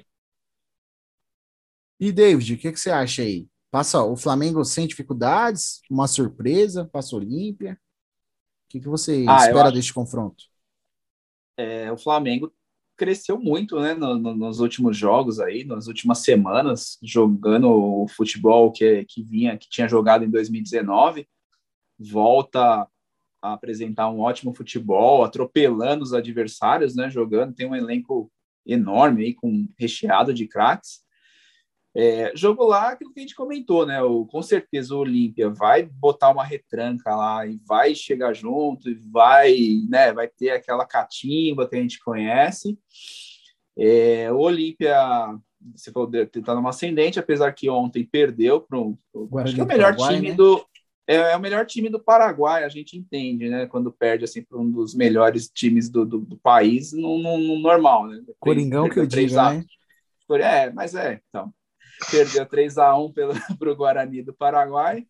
E, David, o que você acha aí? Passa o Flamengo sem dificuldades? Uma surpresa? Passa o Olímpia? O que você Eu espera acho deste confronto? que o Flamengo cresceu muito, né, nos últimos jogos aí, nas últimas semanas, jogando o futebol que tinha jogado em 2019, volta a apresentar um ótimo futebol, atropelando os adversários, né, jogando, tem um elenco enorme aí, recheado de craques. Jogo lá, aquilo que a gente comentou, né? Com certeza o Olímpia vai botar uma retranca lá e vai chegar junto e vai, né, vai ter aquela catimba que a gente conhece. O Olímpia, você falou, tentar numa ascendente, apesar que ontem perdeu para acho que Guarani é o do melhor Paraguai, time né? o melhor time do Paraguai, a gente entende, né? Quando perde assim para um dos melhores times do país, no normal, né? Coringão que eu Perdeu diga, 3-1. né? Então perdeu 3-1 para o Guarani do Paraguai.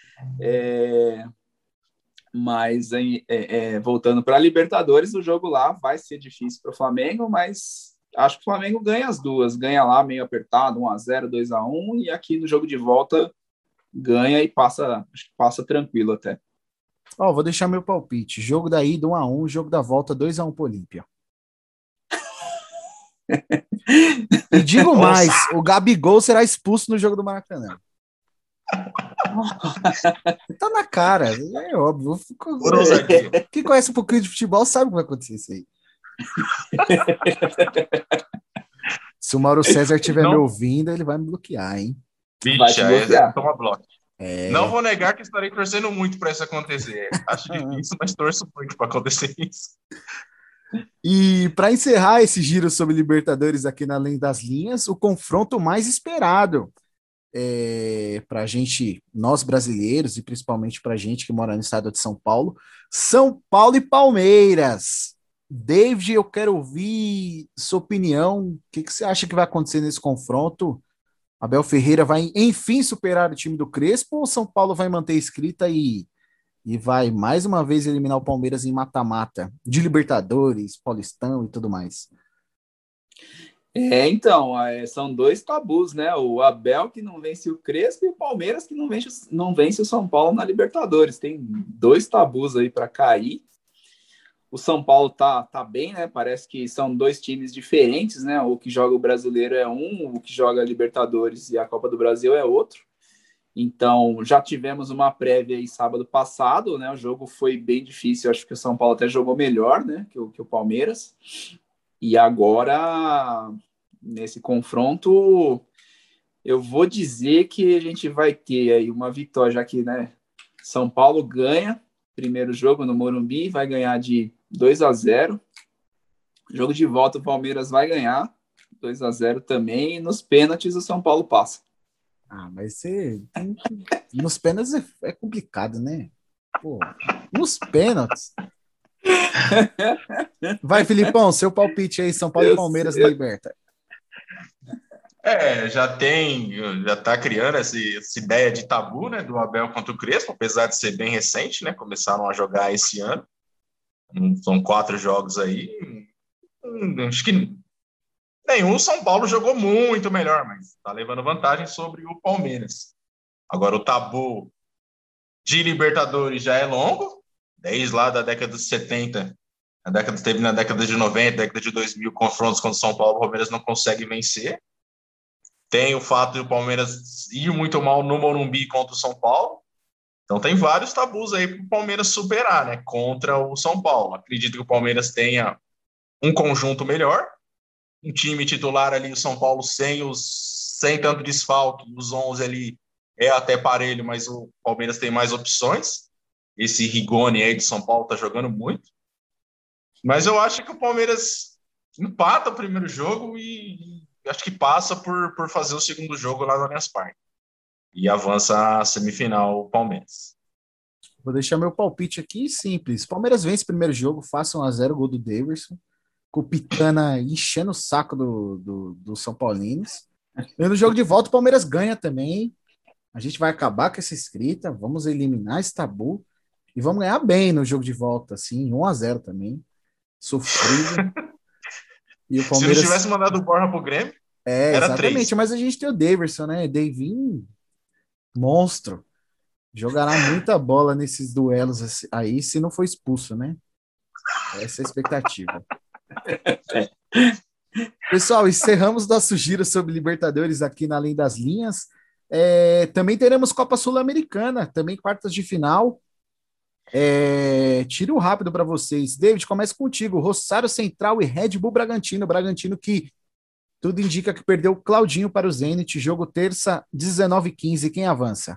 Mas voltando para a Libertadores, o jogo lá vai ser difícil para o Flamengo, mas acho que o Flamengo ganha as duas. Ganha lá meio apertado, 1-0, 2-1, e aqui no jogo de volta ganha e passa, acho que passa tranquilo até. Ó, vou deixar meu palpite. Jogo da ida 1-1, jogo da volta 2-1 pro Olímpia. E digo mais, o Gabigol será expulso no jogo do Maracanã. Tá na cara, é óbvio. Por ousadia. Quem conhece um pouquinho de futebol sabe o que vai acontecer isso aí. Se o Mauro César estiver me Não, ouvindo, ele vai me bloquear, hein? Vai bicha, te bloquear. toma bloco. Não É. vou negar que estarei torcendo muito para isso acontecer. Acho difícil, mas torço muito para acontecer isso. E para encerrar esse giro sobre Libertadores aqui na Além das Linhas, o confronto mais esperado para a gente, nós brasileiros, e principalmente para a gente que mora no estado de São Paulo e Palmeiras. David, eu quero ouvir sua opinião. O que você acha que vai acontecer nesse confronto? Abel Ferreira vai, enfim, superar o time do Crespo ou São Paulo vai manter a escrita e vai mais uma vez eliminar o Palmeiras em mata-mata de Libertadores, Paulistão e tudo mais? Então, são dois tabus, né? O Abel que não vence o Crespo e o Palmeiras que não vence o São Paulo na Libertadores. Tem dois tabus aí para cair. O São Paulo tá bem, né? Parece que são dois times diferentes, né? O que joga o Brasileiro é um, o que joga a Libertadores e a Copa do Brasil é outro. Então, já tivemos uma prévia aí sábado passado, né? O jogo foi bem difícil, acho que o São Paulo até jogou melhor, né? Que o Palmeiras. E agora, nesse confronto, eu vou dizer que a gente vai ter aí uma vitória, já que, né? São Paulo ganha primeiro jogo no Morumbi, vai ganhar de 2-0. Jogo de volta, o Palmeiras vai ganhar 2-0 também. E nos pênaltis, o São Paulo passa. Ah, mas você nos pênaltis é complicado, né? Pô, nos pênaltis. Vai, Filipão, seu palpite aí, São Paulo e Palmeiras na Liberta. Já tá criando essa ideia de tabu, né, do Abel contra o Crespo, apesar de ser bem recente, né, começaram a jogar esse ano, são 4 jogos aí, acho que nenhum São Paulo jogou muito melhor, mas tá levando vantagem sobre o Palmeiras. Agora, o tabu de Libertadores já é longo, desde lá da década de 70, teve na década de 90, década de 2000, confrontos quando São Paulo e o Palmeiras não conseguem vencer. Tem o fato de o Palmeiras ir muito mal no Morumbi contra o São Paulo. Então tem vários tabus aí para o Palmeiras superar, né? Contra o São Paulo. Acredito que o Palmeiras tenha um conjunto melhor, um time titular ali, o São Paulo sem tanto desfalque, os 11 ali é até parelho, mas o Palmeiras tem mais opções. Esse Rigoni aí de São Paulo tá jogando muito. Mas eu acho que o Palmeiras empata o primeiro jogo e acho que passa por fazer o segundo jogo lá no Allianz Parque. E avança a semifinal o Palmeiras. Vou deixar meu palpite aqui simples. Palmeiras vence o primeiro jogo, faça 1-0, gol do Daverson, com o Pitana enchendo o saco do São Paulinos. E no jogo de volta o Palmeiras ganha também. A gente vai acabar com essa escrita, vamos eliminar esse tabu e vamos ganhar bem no jogo de volta, assim, 1-0 também. Sofrido. E o Se não Palmeiras. tivesse mandado o Borja pro Grêmio, É, era exatamente. 3. Mas a gente tem o Daverson, né? Davinho, monstro. Jogará muita bola nesses duelos aí, se não for expulso, né? Essa é a expectativa. Pessoal, encerramos nosso giro sobre Libertadores aqui na Além das Linhas. Também teremos Copa Sul-Americana, também quartas de final. Tiro rápido para vocês. David, começa contigo. Rosário Central e Red Bull Bragantino. Bragantino que tudo indica que perdeu o Claudinho para o Zenit. Jogo terça, 19h15. Quem avança?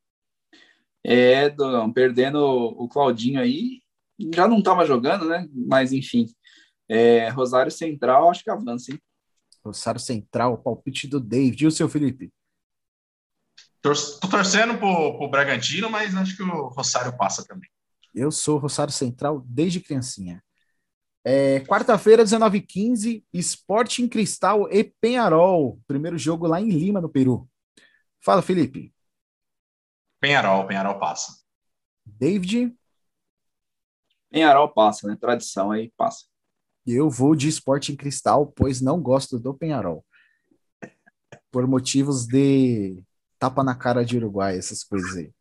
Dogão, perdendo o Claudinho aí, já não estava jogando, né? Mas enfim, Rosário Central, acho que avança, hein? Rosário Central, palpite do David. E o seu, Felipe? Tô torcendo pro Bragantino, mas acho que o Rosário passa também. Eu sou Rosário Central desde criancinha. Quarta-feira, 19h15, Sporting Cristal e Peñarol. Primeiro jogo lá em Lima, no Peru. Fala, Felipe. Peñarol passa. David? Peñarol passa, né? Tradição aí, passa. Eu vou de Sporting Cristal, pois não gosto do Peñarol. Por motivos de tapa na cara de Uruguai, essas coisas aí.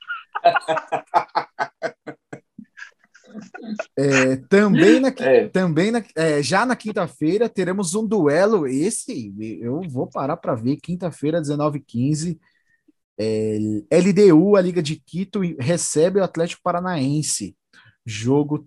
Já na quinta-feira teremos um duelo. Esse eu vou parar para ver. Quinta-feira, 19h15. LDU, a Liga de Quito, recebe o Atlético Paranaense. Jogo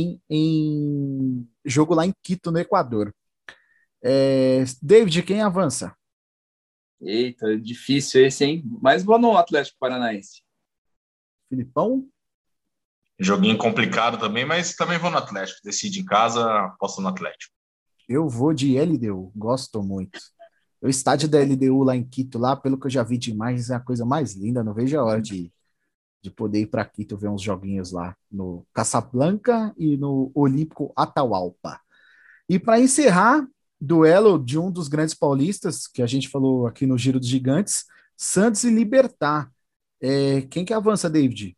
lá em Quito, no Equador. David, quem avança? Eita, difícil esse, hein? Mas vou no Atlético Paranaense. Filipão? Joguinho complicado também, mas também vou no Atlético. Decide em casa, aposto no Atlético. Eu vou de LDU, gosto muito. O estádio da LDU lá em Quito, lá, pelo que eu já vi de imagens, é a coisa mais linda. Não vejo a hora de poder ir para Quito ver uns joguinhos lá no Casablanca e no Olímpico Atahualpa. E para encerrar, duelo de um dos grandes paulistas, que a gente falou aqui no Giro dos Gigantes, Santos e Libertad. Quem que avança, David?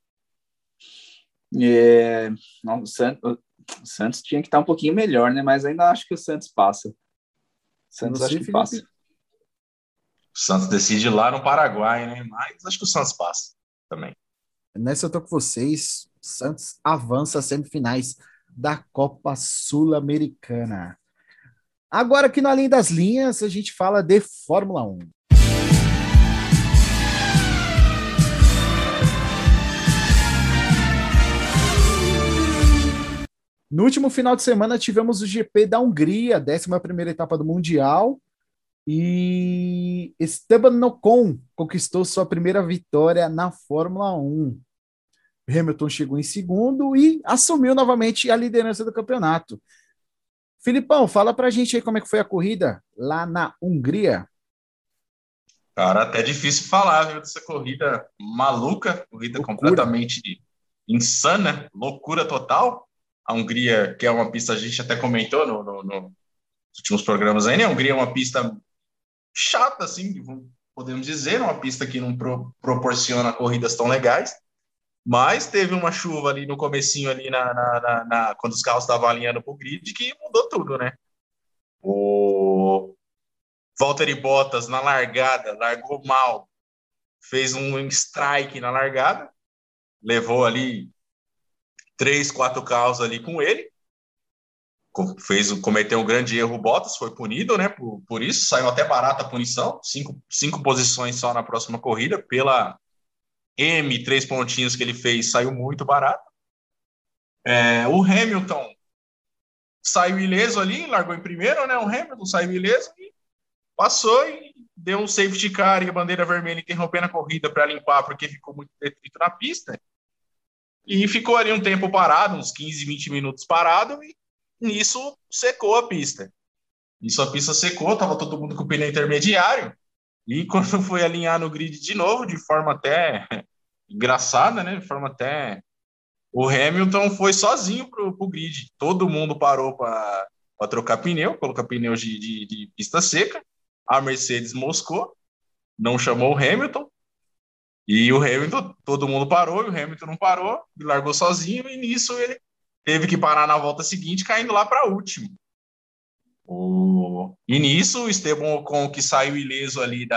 Não, o Santos tinha que estar um pouquinho melhor, né? Mas ainda acho que o Santos passa. Santos Você, acho que Felipe? passa. O Santos decide lá no Paraguai, né? Mas acho que o Santos passa também. Nessa eu tô com vocês. Santos avança às semifinais da Copa Sul-Americana. Agora aqui no Além das Linhas, a gente fala de Fórmula 1. No último final de semana tivemos o GP da Hungria, 11ª etapa do Mundial, e Esteban Ocon conquistou sua primeira vitória na Fórmula 1. Hamilton chegou em segundo e assumiu novamente a liderança do campeonato. Filipão, fala pra gente aí como é que foi a corrida lá na Hungria. Cara, até difícil falar, viu, dessa corrida maluca, corrida completamente insana, loucura total. A Hungria, que é uma pista, a gente até comentou nos últimos programas aí, né? A Hungria é uma pista chata, assim, podemos dizer, uma pista que não proporciona corridas tão legais, mas teve uma chuva ali no comecinho, ali quando os carros estavam alinhando pro grid, que mudou tudo, né? O Valtteri Bottas, na largada, largou mal, fez um strike na largada, levou ali 3, 4 carros ali com ele, cometeu um grande erro o Bottas, foi punido, né, por isso, saiu até barata a punição, 5 posições só na próxima corrida, pela 3 pontinhos que ele fez, saiu muito barato. O Hamilton saiu ileso ali, largou em primeiro, né, o Hamilton saiu ileso e passou e deu um safety car e a bandeira vermelha interrompendo a corrida para limpar, porque ficou muito detrito na pista. E ficou ali um tempo parado, uns 15, 20 minutos parado, e nisso secou a pista. Nisso a pista secou, estava todo mundo com o pneu intermediário, e quando foi alinhar no grid de novo, de forma até engraçada, né? De forma até... O Hamilton foi sozinho pro grid. Todo mundo parou para trocar pneu, colocar pneu de pista seca. A Mercedes moscou, não chamou o Hamilton, E o Hamilton, todo mundo parou, e o Hamilton não parou, e largou sozinho, e nisso ele teve que parar na volta seguinte, caindo lá para a última. E nisso o Esteban Ocon, que saiu ileso ali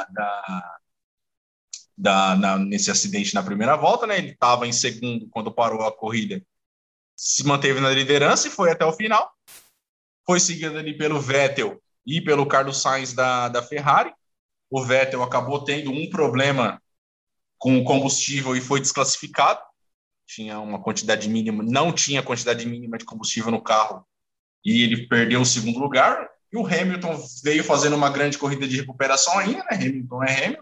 nesse acidente na primeira volta, né? Ele estava em segundo quando parou a corrida, se manteve na liderança e foi até o final. Foi seguido ali pelo Vettel e pelo Carlos Sainz da Ferrari. O Vettel acabou tendo um problema com o combustível e foi desclassificado. Tinha uma quantidade mínima, não tinha quantidade mínima de combustível no carro e ele perdeu o segundo lugar. E o Hamilton veio fazendo uma grande corrida de recuperação ainda, né? Hamilton é Hamilton.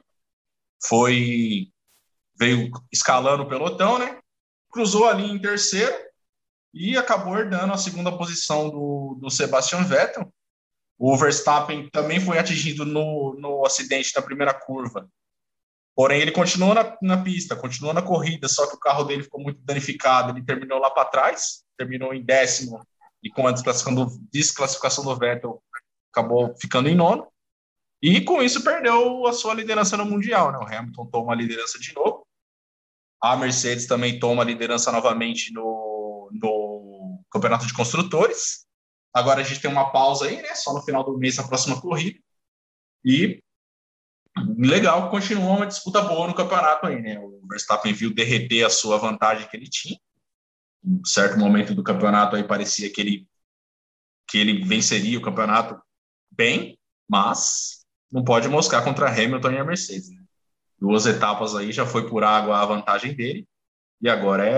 Veio escalando o pelotão, né? Cruzou ali em terceiro e acabou herdando a segunda posição do Sebastian Vettel. O Verstappen também foi atingido no acidente da primeira curva. Porém, ele continuou na pista, continuou na corrida, só que o carro dele ficou muito danificado. Ele terminou lá para trás, terminou em 10º, e com a desclassificação do Vettel, acabou ficando em 9º. E com isso perdeu a sua liderança no Mundial, né? O Hamilton toma a liderança de novo. A Mercedes também toma a liderança novamente no Campeonato de Construtores. Agora a gente tem uma pausa aí, né? Só no final do mês, a próxima corrida. E legal, continua uma disputa boa no campeonato aí, né? O Verstappen viu derreter a sua vantagem que ele tinha. Em um certo momento do campeonato aí parecia que ele venceria o campeonato bem, mas não pode moscar contra Hamilton e a Mercedes, né? 2 etapas aí já foi por água a vantagem dele, e agora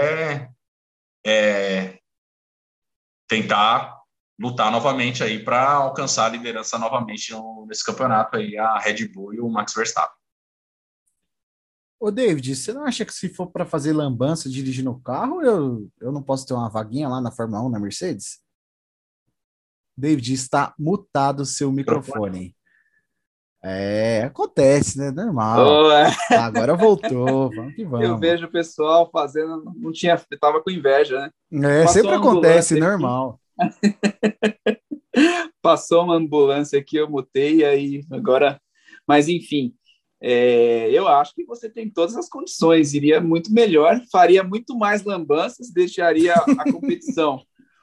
é tentar lutar novamente aí para alcançar a liderança novamente nesse campeonato aí, a Red Bull e o Max Verstappen. Ô, David, você não acha que se for para fazer lambança dirigindo o carro, eu não posso ter uma vaguinha lá na Fórmula 1 na Mercedes? David, está mutado o seu microfone. Acontece, né? Normal. Agora voltou, vamos que vamos. Eu vejo o pessoal fazendo, tava com inveja, né? Sempre acontece, normal. Passou uma ambulância aqui, eu mutei, aí agora... Mas, enfim, eu acho que você tem todas as condições, iria muito melhor, faria muito mais lambanças, deixaria a competição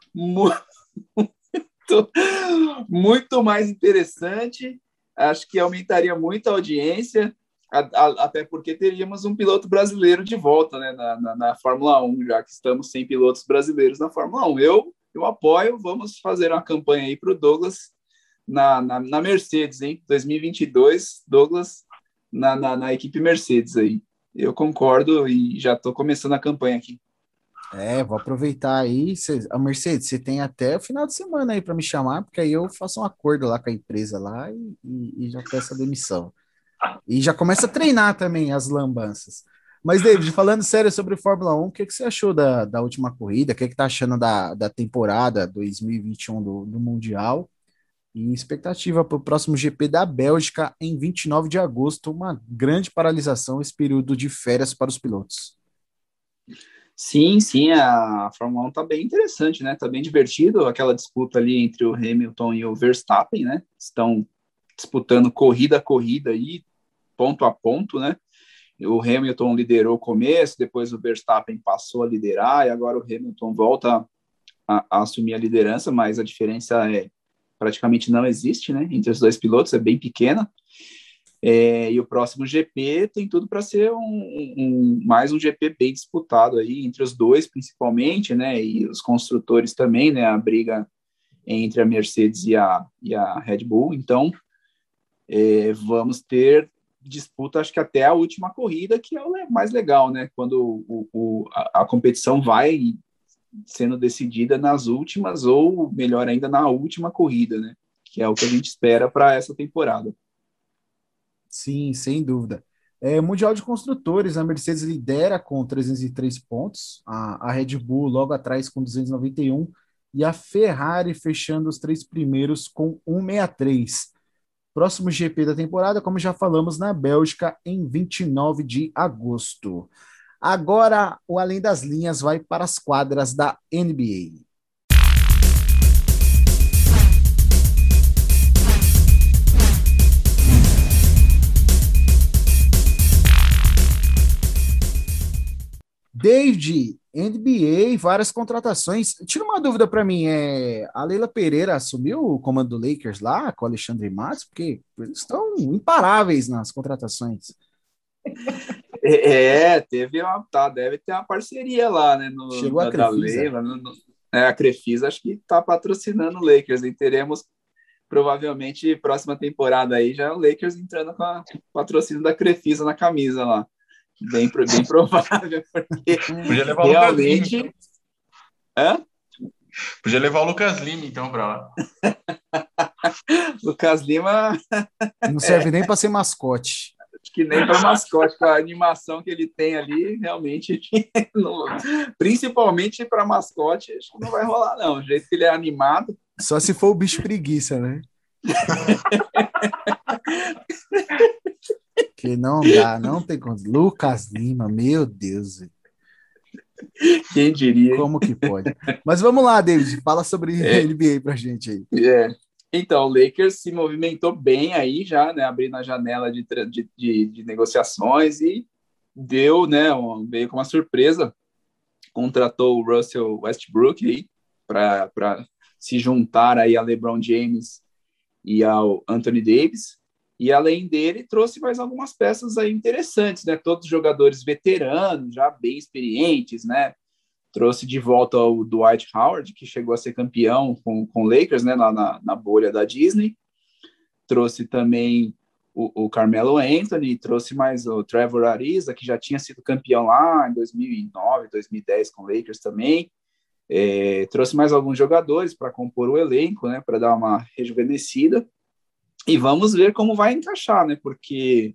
muito mais interessante. Acho que aumentaria muito a audiência, até porque teríamos um piloto brasileiro de volta, né, na Fórmula 1, já que estamos sem pilotos brasileiros na Fórmula 1. Eu apoio, vamos fazer uma campanha aí para o Douglas na Mercedes, hein? 2022, Douglas na equipe Mercedes aí. Eu concordo e já estou começando a campanha aqui. Vou aproveitar aí. A Mercedes, você tem até o final de semana aí para me chamar, porque aí eu faço um acordo lá com a empresa lá e já peço a demissão. E já começa a treinar também as lambanças. Mas, David, falando sério sobre Fórmula 1, o que você achou da última corrida? O que tá achando da temporada 2021 do Mundial? E expectativa para o próximo GP da Bélgica em 29 de agosto, uma grande paralisação, esse período de férias para os pilotos. Sim, a Fórmula 1 tá bem interessante, né? Tá bem divertido, aquela disputa ali entre o Hamilton e o Verstappen, né? Estão disputando corrida a corrida aí, ponto a ponto, né? O Hamilton liderou o começo, depois o Verstappen passou a liderar, e agora o Hamilton volta a assumir a liderança, mas a diferença praticamente não existe, né? Entre os dois pilotos, é bem pequena. E o próximo GP tem tudo para ser mais um GP bem disputado aí, entre os dois principalmente, né? E os construtores também, né? A briga entre a Mercedes e a Red Bull. Então, vamos ter disputa, acho que até a última corrida, que é o mais legal, né? Quando a competição vai sendo decidida nas últimas, ou melhor ainda, na última corrida, né? Que é o que a gente espera para essa temporada. Sim, sem dúvida. Mundial de Construtores, a Mercedes lidera com 303 pontos, a Red Bull logo atrás com 291, e a Ferrari fechando os 3 primeiros com 163. Próximo GP da temporada, como já falamos, na Bélgica, em 29 de agosto. Agora, o Além das Linhas vai para as quadras da NBA. David, NBA, várias contratações. Tira uma dúvida para mim, a Leila Pereira assumiu o comando do Lakers lá com o Alexandre Matos? Porque eles estão imparáveis nas contratações. Deve ter uma parceria lá, né, Chegou a da Crefisa. Leila, a Crefisa acho que está patrocinando o Lakers, e teremos provavelmente próxima temporada aí já o Lakers entrando com o patrocínio da Crefisa na camisa lá, bem provável, porque Podia levar realmente... o Lucas Lima, então. Podia levar o Lucas Lima, então, para lá. Lucas Lima... Não serve nem para ser mascote. Acho que nem para mascote, com a animação que ele tem ali, realmente, principalmente para mascote, acho que não vai rolar, não. O jeito que ele é animado. Só se for o bicho preguiça, né? Que não dá, não tem como. Lucas Lima, meu Deus. Quem diria? Como que pode? Mas vamos lá, David, fala sobre NBA pra gente aí. Então, o Lakers se movimentou bem aí já, né, abrindo a janela de negociações e deu, né, veio com uma surpresa, contratou o Russell Westbrook aí para se juntar aí a LeBron James e ao Anthony Davis, e além dele trouxe mais algumas peças aí interessantes, né, todos jogadores veteranos, já bem experientes, né, trouxe de volta o Dwight Howard, que chegou a ser campeão com o Lakers, né, lá na bolha da Disney. Trouxe também o Carmelo Anthony, trouxe mais o Trevor Ariza, que já tinha sido campeão lá em 2009, 2010 com o Lakers também. Trouxe mais alguns jogadores para compor o elenco, né, para dar uma rejuvenescida. E vamos ver como vai encaixar, né, porque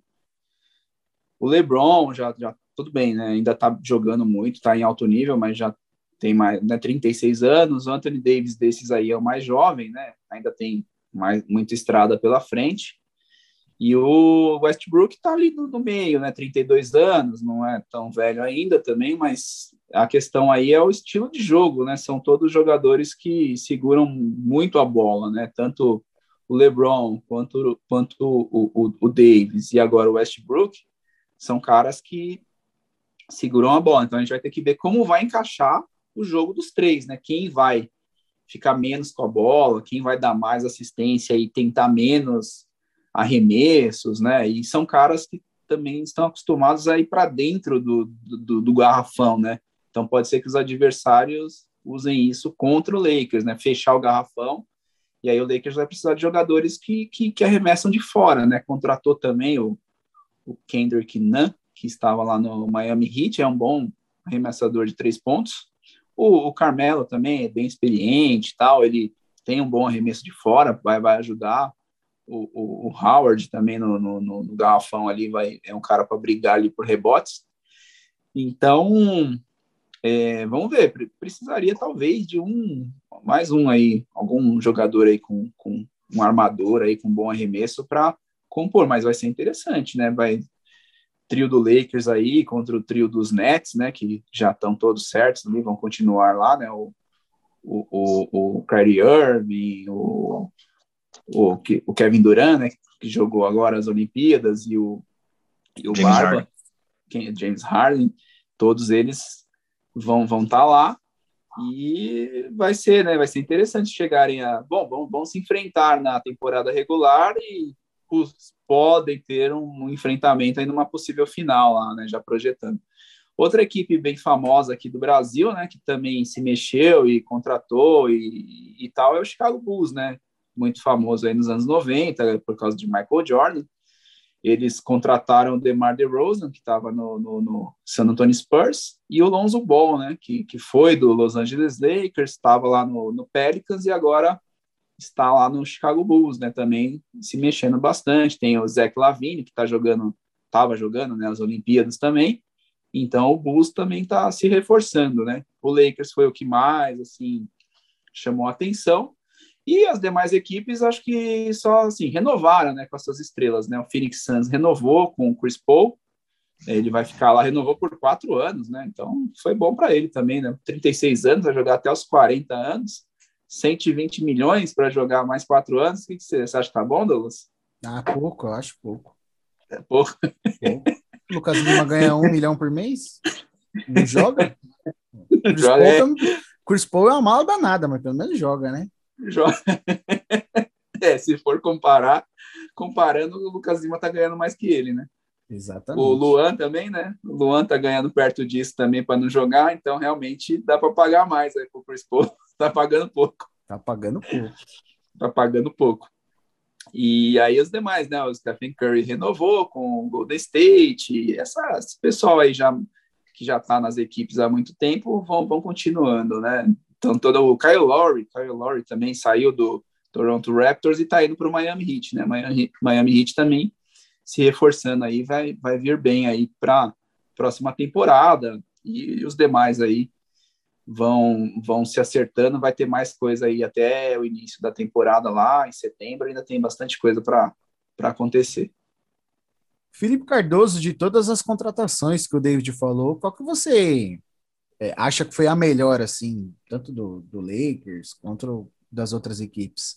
o LeBron já tudo bem, né? Ainda tá jogando muito, tá em alto nível, mas já tem mais, né, 36 anos. O Anthony Davis desses aí é o mais jovem, né? Ainda tem muita estrada pela frente. E o Westbrook tá ali no meio, né? 32 anos, não é tão velho ainda também, mas a questão aí é o estilo de jogo, né? São todos jogadores que seguram muito a bola, né? Tanto o LeBron quanto o Davis e agora o Westbrook são caras que seguram a bola. Então a gente vai ter que ver como vai encaixar o jogo dos três, né? Quem vai ficar menos com a bola, quem vai dar mais assistência e tentar menos arremessos, né? E são caras que também estão acostumados a ir para dentro do garrafão, né? Então pode ser que os adversários usem isso contra o Lakers, né? Fechar o garrafão, e aí o Lakers vai precisar de jogadores que arremessam de fora, né? Contratou também o Kendrick Nunn, que estava lá no Miami Heat, é um bom arremessador de 3 pontos. O Carmelo também é bem experiente, tal, ele tem um bom arremesso de fora, vai ajudar. O Howard também no garrafão ali é um cara para brigar ali por rebotes. Então, vamos ver, precisaria talvez de mais um aí, algum jogador aí com um armador aí com bom arremesso para compor, mas vai ser interessante, né? Trio do Lakers aí contra o trio dos Nets, né, que já estão todos certos ali, vão continuar lá, né, o Kyrie Irving, o Kevin Durant, né, que jogou agora as Olimpíadas, e o Barba, James Harden, todos eles vão estar lá, e vai ser interessante chegarem vão se enfrentar na temporada regular e podem ter um enfrentamento aí numa possível final lá, né, já projetando. Outra equipe bem famosa aqui do Brasil, né, que também se mexeu e contratou e tal, é o Chicago Bulls, né, muito famoso aí nos anos 90, por causa de Michael Jordan. Eles contrataram o DeMar DeRozan, que estava no San Antonio Spurs, e o Lonzo Ball, né, que foi do Los Angeles Lakers, estava lá no Pelicans e agora está lá no Chicago Bulls, né, também se mexendo bastante. Tem o Zach LaVine, que estava jogando, né, as Olimpíadas também. Então o Bulls também está se reforçando, né. O Lakers foi o que mais, assim, chamou a atenção. E as demais equipes, acho que só, assim, renovaram, né, com as suas estrelas, né. O Phoenix Suns renovou com o Chris Paul. Ele vai ficar lá, renovou por 4 anos, né. Então foi bom para ele também, né. 36 anos, vai jogar até os 40 anos. 120 milhões para jogar mais 4 anos. O que você acha que tá bom, Douglas? Pouco, eu acho pouco. É pouco. O Lucas Lima ganha 1 milhão por mês? Não joga? Chris Paul é uma mala danada, mas pelo menos joga, né? Joga. Se for comparando, o Lucas Lima tá ganhando mais que ele, né? Exatamente. O Luan também, né? O Luan tá ganhando perto disso também para não jogar, então realmente dá para pagar mais aí pro Chris Paul. Tá pagando pouco. Tá pagando pouco. E aí os demais, né? O Stephen Curry renovou com o Golden State, esse pessoal aí que já tá nas equipes há muito tempo vão continuando, né? Então todo o Kyle Lowry também saiu do Toronto Raptors e tá indo para o Miami Heat, né? Miami Heat também se reforçando aí, vai vir bem aí para próxima temporada, e os demais aí vão se acertando, vai ter mais coisa aí até o início da temporada lá, em setembro, ainda tem bastante coisa para acontecer. Felipe Cardoso, de todas as contratações que o David falou, qual que você acha que foi a melhor, assim, tanto do Lakers quanto das outras equipes?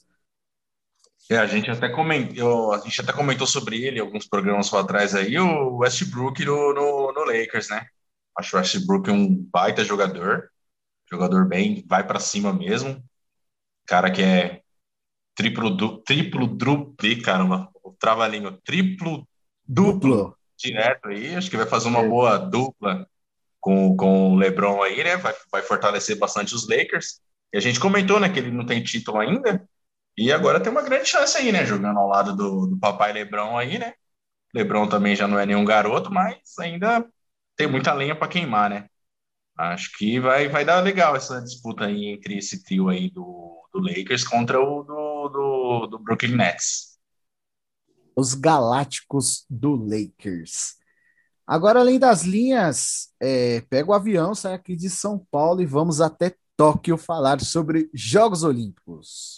A gente até comentou sobre ele alguns programas para trás aí, o Westbrook no Lakers, né? Acho o Westbrook um baita jogador bem, vai para cima mesmo, cara que é triplo caramba, o trava-língua, triplo duplo direto aí, acho que vai fazer uma boa dupla com o LeBron aí, né? Vai fortalecer bastante os Lakers. E a gente comentou, né, que ele não tem título ainda. E agora tem uma grande chance aí, né? Jogando ao lado do papai LeBron aí, né? LeBron também já não é nenhum garoto, mas ainda tem muita lenha para queimar, né? Acho que vai dar legal essa disputa aí entre esse trio aí do Lakers contra o do Brooklyn Nets. Os Galácticos do Lakers. Agora, além das linhas, pega o avião, sai aqui de São Paulo e vamos até Tóquio falar sobre Jogos Olímpicos.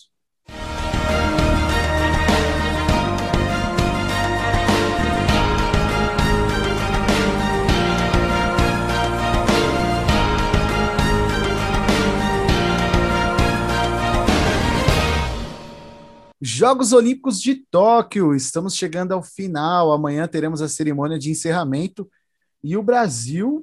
Jogos Olímpicos de Tóquio, estamos chegando ao final. Amanhã teremos a cerimônia de encerramento e o Brasil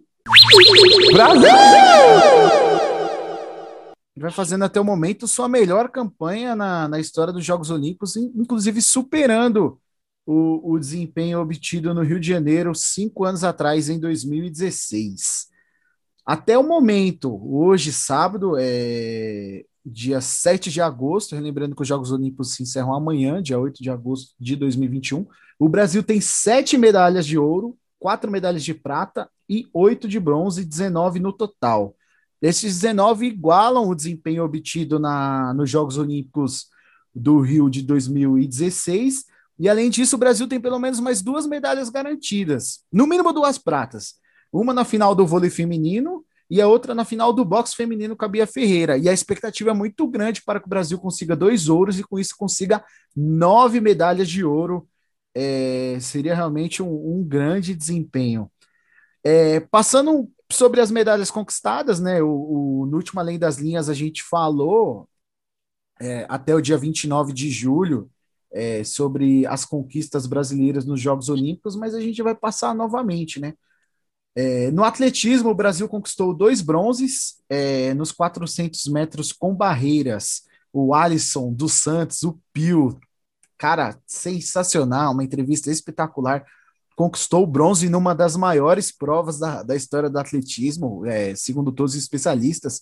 vai fazendo até o momento sua melhor campanha na história dos Jogos Olímpicos, inclusive superando o desempenho obtido no Rio de Janeiro 5 anos atrás, em 2016. Até o momento, hoje, sábado, dia 7 de agosto, relembrando que os Jogos Olímpicos se encerram amanhã, dia 8 de agosto de 2021, o Brasil tem 7 medalhas de ouro, 4 medalhas de prata e 8 de bronze, 19 no total. Esses 19 igualam o desempenho obtido nos Jogos Olímpicos do Rio de 2016, e além disso o Brasil tem pelo menos mais 2 medalhas garantidas, no mínimo 2 pratas, uma na final do vôlei feminino e a outra na final do boxe feminino com a Bia Ferreira. E a expectativa é muito grande para que o Brasil consiga 2 ouros e com isso consiga 9 medalhas de ouro. Seria realmente um grande desempenho. Passando sobre as medalhas conquistadas, né? No último Além das Linhas a gente falou até o dia 29 de julho sobre as conquistas brasileiras nos Jogos Olímpicos, mas a gente vai passar novamente, né? No atletismo, o Brasil conquistou 2 bronzes nos 400 metros com barreiras. O Alisson dos Santos, o Pio, cara, sensacional, uma entrevista espetacular. Conquistou o bronze numa das maiores provas da história do atletismo, segundo todos os especialistas.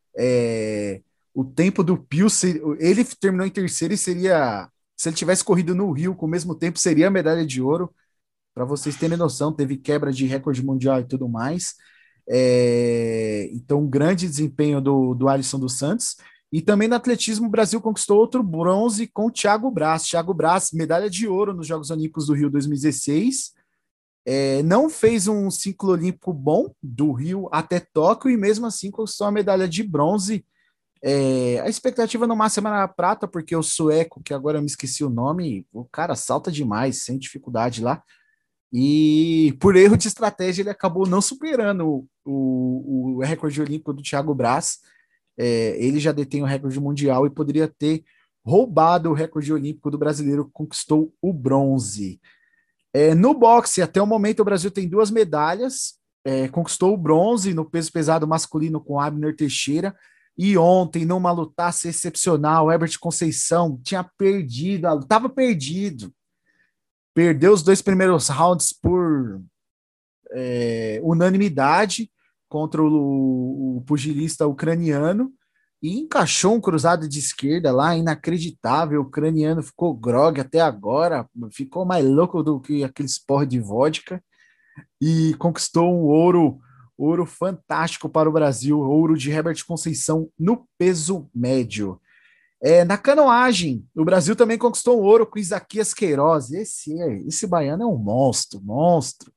O tempo do Pio, ele terminou em terceiro e seria, se ele tivesse corrido no Rio com o mesmo tempo, seria a medalha de ouro. Para vocês terem noção, teve quebra de recorde mundial e tudo mais. Então, um grande desempenho do Alisson dos Santos. E também no atletismo, o Brasil conquistou outro bronze com o Thiago Braz. Thiago Braz, medalha de ouro nos Jogos Olímpicos do Rio 2016. Não fez um ciclo olímpico bom do Rio até Tóquio e mesmo assim conquistou a medalha de bronze. A expectativa no máximo era a prata, porque o sueco, que agora eu me esqueci o nome, o cara salta demais, sem dificuldade lá. E por erro de estratégia ele acabou não superando o recorde olímpico do Thiago Braz. Ele já detém o recorde mundial e poderia ter roubado o recorde olímpico do brasileiro, que conquistou o bronze. No boxe, até o momento, o Brasil tem 2 medalhas, conquistou o bronze no peso pesado masculino com Abner Teixeira. E ontem, numa lutaça excepcional, Herbert Conceição tinha perdido, estava perdido. Perdeu os 2 primeiros rounds por unanimidade contra o pugilista ucraniano e encaixou um cruzado de esquerda lá, inacreditável. O ucraniano ficou grogue até agora, ficou mais louco do que aqueles porra de vodka e conquistou um ouro fantástico para o Brasil, ouro de Herbert Conceição no peso médio. Na canoagem, o Brasil também conquistou um ouro com Isaquias Queiroz. Esse baiano é um monstro.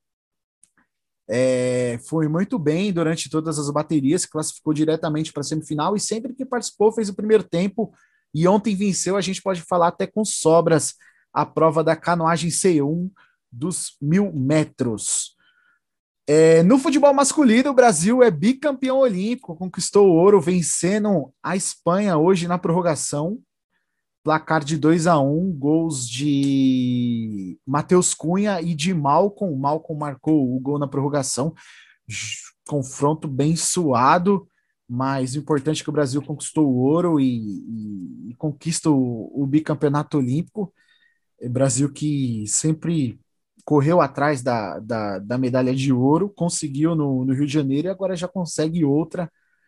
Foi muito bem durante todas as baterias, classificou diretamente para a semifinal e sempre que participou fez o primeiro tempo e ontem venceu. A gente pode falar até com sobras a prova da canoagem C1 dos 1.000 metros. No futebol masculino, o Brasil é bicampeão olímpico, conquistou o ouro, vencendo a Espanha hoje na prorrogação. Placar de 2-1, gols de Matheus Cunha e de Malcom. Malcom marcou o gol na prorrogação. Confronto bem suado, mas o importante é que o Brasil conquistou o ouro e conquista o bicampeonato olímpico. O Brasil que sempre correu atrás da medalha de ouro, conseguiu no Rio de Janeiro e agora já consegue outra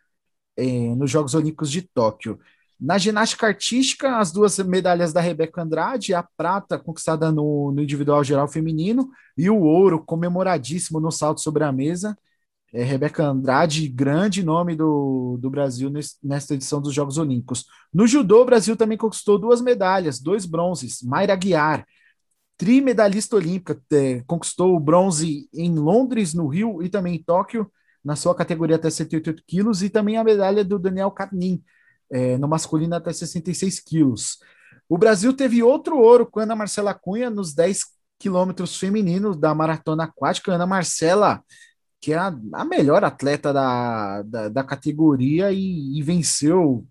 nos Jogos Olímpicos de Tóquio. Na ginástica artística, as 2 medalhas da Rebeca Andrade, a prata conquistada no individual geral feminino e o ouro comemoradíssimo no salto sobre a mesa. Rebeca Andrade, grande nome do Brasil nesta edição dos Jogos Olímpicos. No judô, o Brasil também conquistou 2 medalhas, 2 bronzes. Mayra Guiar, trimedalhista olímpica, conquistou o bronze em Londres, no Rio e também em Tóquio, na sua categoria até 188 quilos, e também a medalha do Daniel Carnin, no masculino até 66 quilos. O Brasil teve outro ouro com Ana Marcela Cunha nos 10 quilômetros femininos da maratona aquática. Ana Marcela, que é a melhor atleta da categoria e venceu.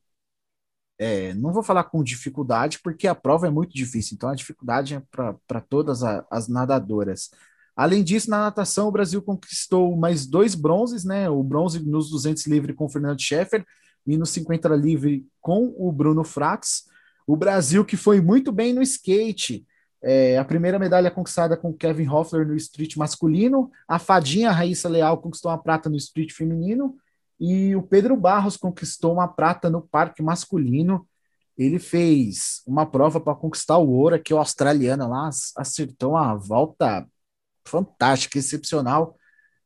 Não vou falar com dificuldade, porque a prova é muito difícil, então a dificuldade é para todas as nadadoras. Além disso, na natação, o Brasil conquistou mais 2 bronzes, né? O bronze nos 200 livre com o Fernando Scheffer e no 50 livre com o Bruno Fratos. O Brasil que foi muito bem no skate. A primeira medalha conquistada com Kevin Hoffler no street masculino, a fadinha Raíssa Leal conquistou uma prata no street feminino, e o Pedro Barros conquistou uma prata no parque masculino. Ele fez uma prova para conquistar o ouro, que o australiano lá acertou uma volta fantástica, excepcional,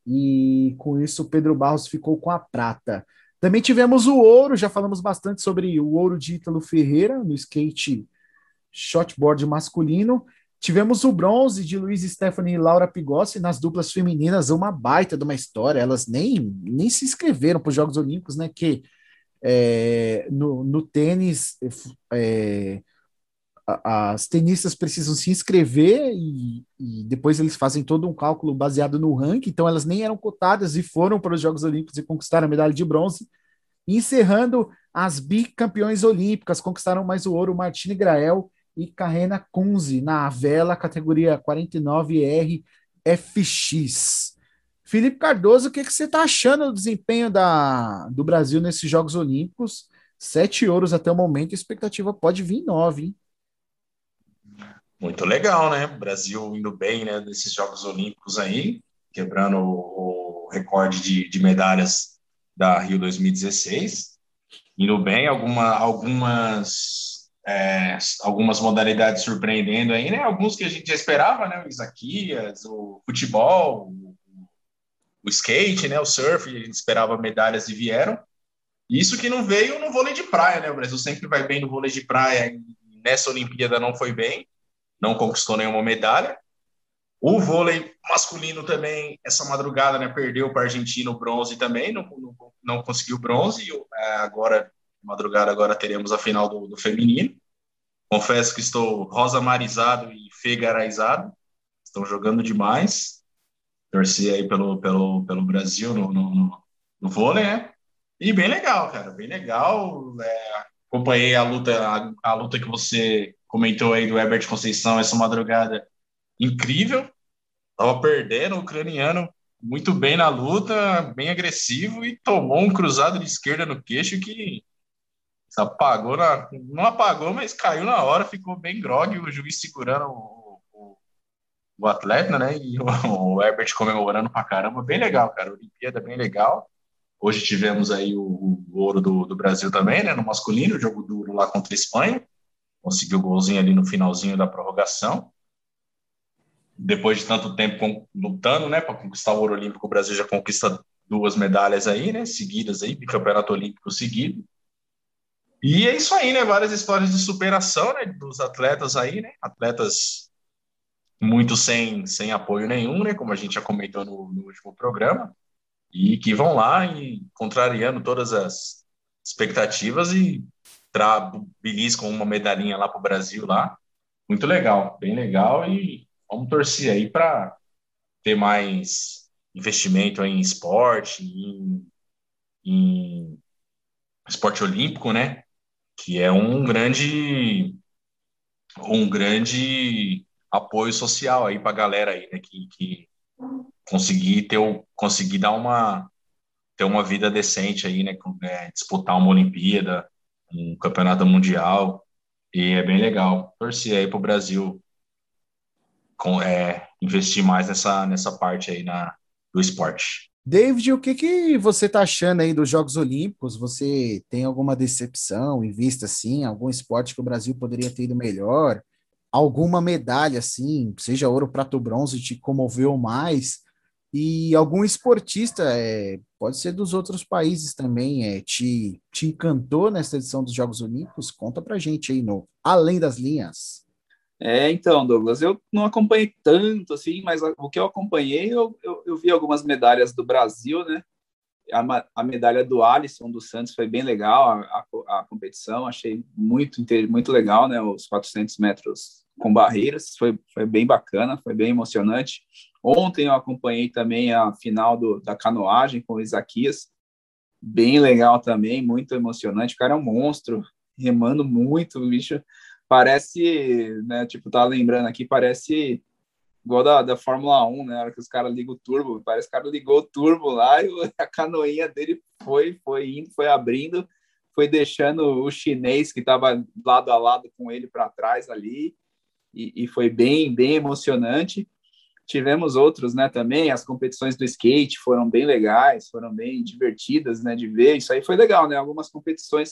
e com isso o Pedro Barros ficou com a prata. Também tivemos o ouro, já falamos bastante sobre o ouro de Ítalo Ferreira no skate shotboard masculino. Tivemos o bronze de Luiz Stephanie e Laura Pigossi nas duplas femininas, uma baita de uma história. Elas nem se inscreveram para os Jogos Olímpicos, né? Que no tênis as tenistas precisam se inscrever e depois eles fazem todo um cálculo baseado no ranking, então elas nem eram cotadas e foram para os Jogos Olímpicos e conquistaram a medalha de bronze. E encerrando, as bicampeões olímpicas conquistaram mais o ouro, Martine Grael e Karena Kunze, na vela, categoria 49R FX. Felipe Cardoso, o que você está achando do desempenho do Brasil nesses Jogos Olímpicos? 7 ouros até o momento, a expectativa pode vir 9, hein? Muito legal, né? Brasil indo bem, né, nesses Jogos Olímpicos aí, quebrando o recorde de medalhas da Rio 2016. Indo bem, algumas modalidades surpreendendo aí, né? Alguns que a gente já esperava, né? O Isaquias, o futebol, o skate, né? O surf, a gente esperava medalhas e vieram. Isso que não veio no vôlei de praia, né? O Brasil sempre vai bem no vôlei de praia e nessa Olimpíada não foi bem, não conquistou nenhuma medalha. O vôlei masculino também, essa madrugada, né, perdeu para a Argentina o bronze também, não conseguiu bronze. Agora, madrugada, agora teremos a final do feminino. Confesso que estou rosamarizado e fegaraizado. Estão jogando demais. Torci aí pelo Brasil no vôlei, né? E bem legal, cara, bem legal. Acompanhei a luta que você comentou aí do Herbert Conceição essa madrugada. Incrível. Tava perdendo, o ucraniano muito bem na luta, bem agressivo e tomou um cruzado de esquerda no queixo que apagou, não apagou, mas caiu na hora, ficou bem grogue, o juiz segurando o atleta, né? E o Herbert comemorando pra caramba, bem legal, cara. Olimpíada bem legal. Hoje tivemos aí o ouro do Brasil também, né? No masculino, jogo duro lá contra a Espanha. Conseguiu o golzinho ali no finalzinho da prorrogação. Depois de tanto tempo lutando, né, para conquistar o ouro olímpico, o Brasil já conquista 2 medalhas aí, né, seguidas aí, bicampeonato olímpico seguido. E é isso aí, né, várias histórias de superação, né, dos atletas aí, né, atletas muito sem apoio nenhum, né, como a gente já comentou no último programa, e que vão lá e contrariando todas as expectativas e beliscam uma medalhinha lá para o Brasil lá. Muito legal, bem legal, e vamos torcer aí para ter mais investimento em esporte, em esporte olímpico, né? Que é um grande apoio social aí para a galera aí, né? Que conseguir ter uma vida decente aí, né? Disputar uma Olimpíada, um campeonato mundial, e é bem legal. Torcer aí para o Brasil investir mais nessa parte aí do esporte. David, o que que você está achando aí dos Jogos Olímpicos? Você tem alguma decepção em vista, assim, algum esporte que o Brasil poderia ter ido melhor? Alguma medalha, assim, seja ouro, prata ou bronze, te comoveu mais? E algum esportista, pode ser dos outros países também, te encantou nessa edição dos Jogos Olímpicos? Conta pra gente aí no Além das Linhas. Então, Douglas, eu não acompanhei tanto assim, mas o que eu acompanhei, eu vi algumas medalhas do Brasil, né? A medalha do Alisson dos Santos foi bem legal, a competição, achei muito legal, né? Os 400 metros com barreiras, foi bem bacana, foi bem emocionante. Ontem eu acompanhei também a final da canoagem com o Isaquias, bem legal também, muito emocionante. O cara é um monstro, remando muito, o bicho parece, né? Tipo, tá lembrando aqui, parece igual da Fórmula 1, né? Na hora que os caras ligam o turbo, parece que o cara ligou o turbo lá e a canoinha dele foi indo, foi abrindo, foi deixando o chinês que estava lado a lado com ele para trás ali, e foi bem emocionante. Tivemos outros, né, também, as competições do skate foram bem legais, foram bem divertidas, né, de ver, isso aí foi legal, né, algumas competições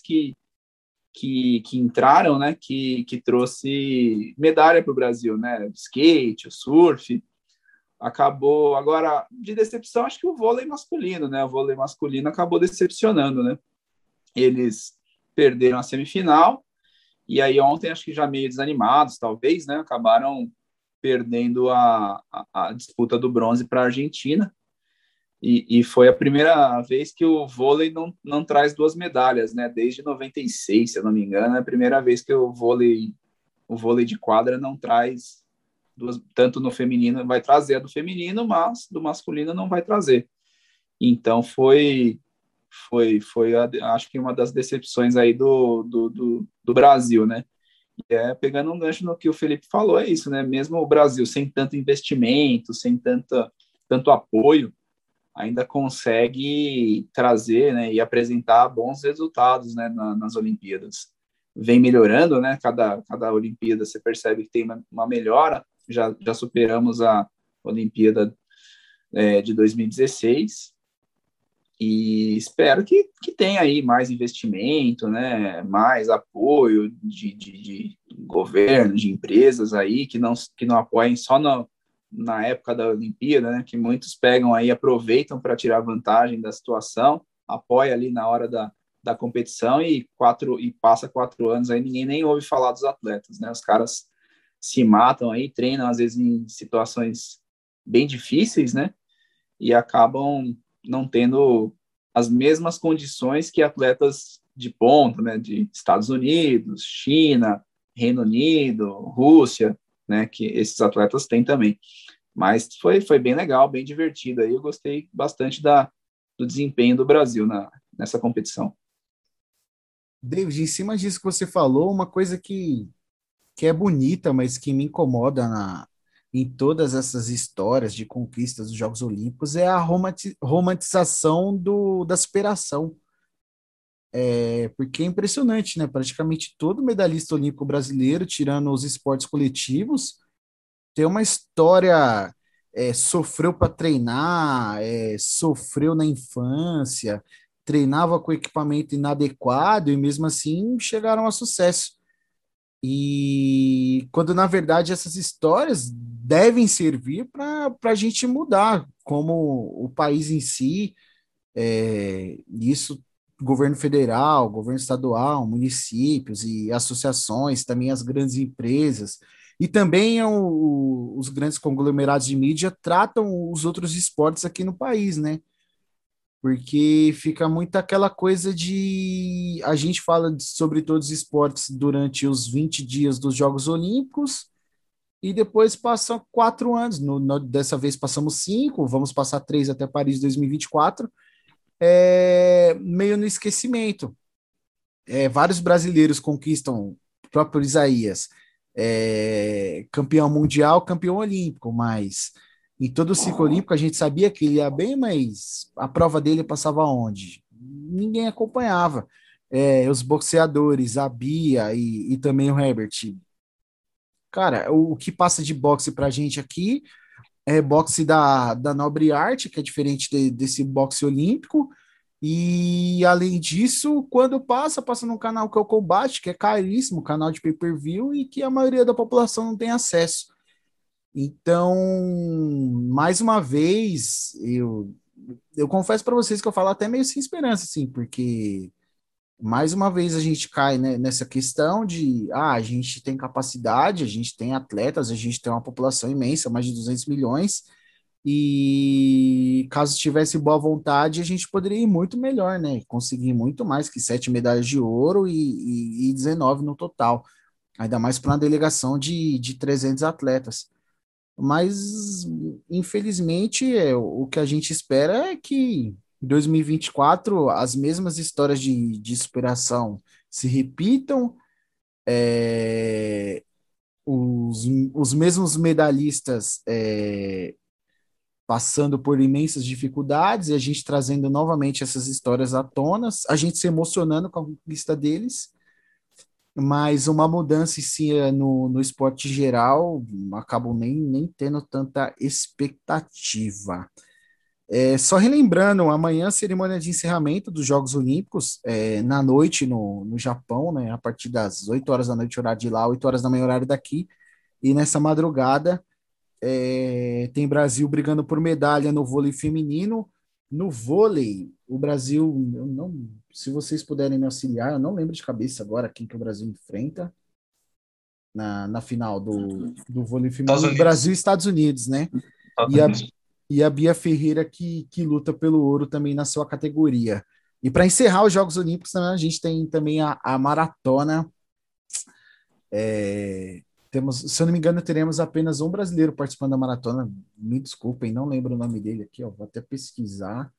que entraram, né, que trouxe medalha para o Brasil, né, o skate, o surf, acabou, agora, de decepção, acho que o vôlei masculino, né, o vôlei masculino acabou decepcionando, né, eles perderam a semifinal, e aí ontem, acho que já meio desanimados, talvez, né, acabaram perdendo a disputa do bronze para a Argentina, e foi a primeira vez que o vôlei não traz 2 medalhas, né? Desde 96, se eu não me engano, é a primeira vez que o vôlei de quadra não traz duas, tanto no feminino, vai trazer a do feminino, mas do masculino não vai trazer. Então acho que uma das decepções aí do Brasil, né? E pegando um gancho no que o Felipe falou, é isso, né? Mesmo o Brasil sem tanto investimento, sem tanto apoio, ainda consegue trazer, né, e apresentar bons resultados, né, nas Olimpíadas. Vem melhorando, né? Cada Olimpíada você percebe que tem uma melhora. Já superamos a Olimpíada de 2016 e espero que tenha aí mais investimento, né, mais apoio de governo, de empresas aí que não apoiem só na época da Olimpíada, né, que muitos pegam aí, aproveitam para tirar vantagem da situação, apoia ali na hora da competição e passa 4 anos aí, ninguém nem ouve falar dos atletas, né, os caras se matam aí, treinam às vezes em situações bem difíceis, né, e acabam não tendo as mesmas condições que atletas de ponta, né, de Estados Unidos, China, Reino Unido, Rússia, né, que esses atletas têm também. Mas foi bem legal, bem divertido. Aí eu gostei bastante do desempenho do Brasil nessa competição. David, em cima disso que você falou, uma coisa que é bonita, mas que me incomoda em todas essas histórias de conquistas dos Jogos Olímpicos é a romantização da superação. Porque é impressionante, né? Praticamente todo medalhista olímpico brasileiro, tirando os esportes coletivos, tem uma história, sofreu para treinar, sofreu na infância, treinava com equipamento inadequado e mesmo assim chegaram a sucesso. E quando na verdade essas histórias devem servir para a gente mudar como o país em si, isso governo federal, governo estadual, municípios e associações, também as grandes empresas, e também os grandes conglomerados de mídia tratam os outros esportes aqui no país, né? Porque fica muito aquela coisa de a gente fala sobre todos os esportes durante os 20 dias dos Jogos Olímpicos e depois passam 4 anos. Dessa vez passamos 5, vamos passar 3 até Paris 2024, meio no esquecimento. Vários brasileiros conquistam, o próprio Isaías, campeão mundial, campeão olímpico, mas em todo o ciclo olímpico a gente sabia que ele ia bem, mas a prova dele passava onde? Ninguém acompanhava. Os boxeadores, a Bia e também o Herbert. Cara, o que passa de boxe pra gente aqui é boxe da Nobre Arte, que é diferente desse boxe olímpico. E além disso, quando passa num canal que é o Combate, que é caríssimo, canal de pay-per-view e que a maioria da população não tem acesso. Então, mais uma vez, eu confesso para vocês que eu falo até meio sem esperança, assim, porque mais uma vez a gente cai, né, nessa questão de a gente tem capacidade, a gente tem atletas, a gente tem uma população imensa, mais de 200 milhões, e caso tivesse boa vontade, a gente poderia ir muito melhor, né? Conseguir muito mais que 7 medalhas de ouro e 19 no total. Ainda mais para uma delegação de 300 atletas. Mas, infelizmente, o que a gente espera é que em 2024 as mesmas histórias de superação se repitam, é, os mesmos medalhistas passando por imensas dificuldades e a gente trazendo novamente essas histórias à tona, a gente se emocionando com a conquista deles, mas uma mudança em si no esporte geral, acabo nem tendo tanta expectativa. Só relembrando, amanhã cerimônia de encerramento dos Jogos Olímpicos, na noite no Japão, né, a partir das 8 horas da noite, horário de lá, 8 horas da manhã, horário daqui, e nessa madrugada tem Brasil brigando por medalha no vôlei feminino. No vôlei, o Brasil, eu não, se vocês puderem me auxiliar, eu não lembro de cabeça agora quem que o Brasil enfrenta na final do vôlei feminino. Brasil e Estados Unidos, né? E a Bia Ferreira que luta pelo ouro também na sua categoria. E para encerrar os Jogos Olímpicos, né, a gente tem também a maratona. Se eu não me engano, teremos apenas um brasileiro participando da maratona. Me desculpem, não lembro o nome dele aqui, ó, vou até pesquisar.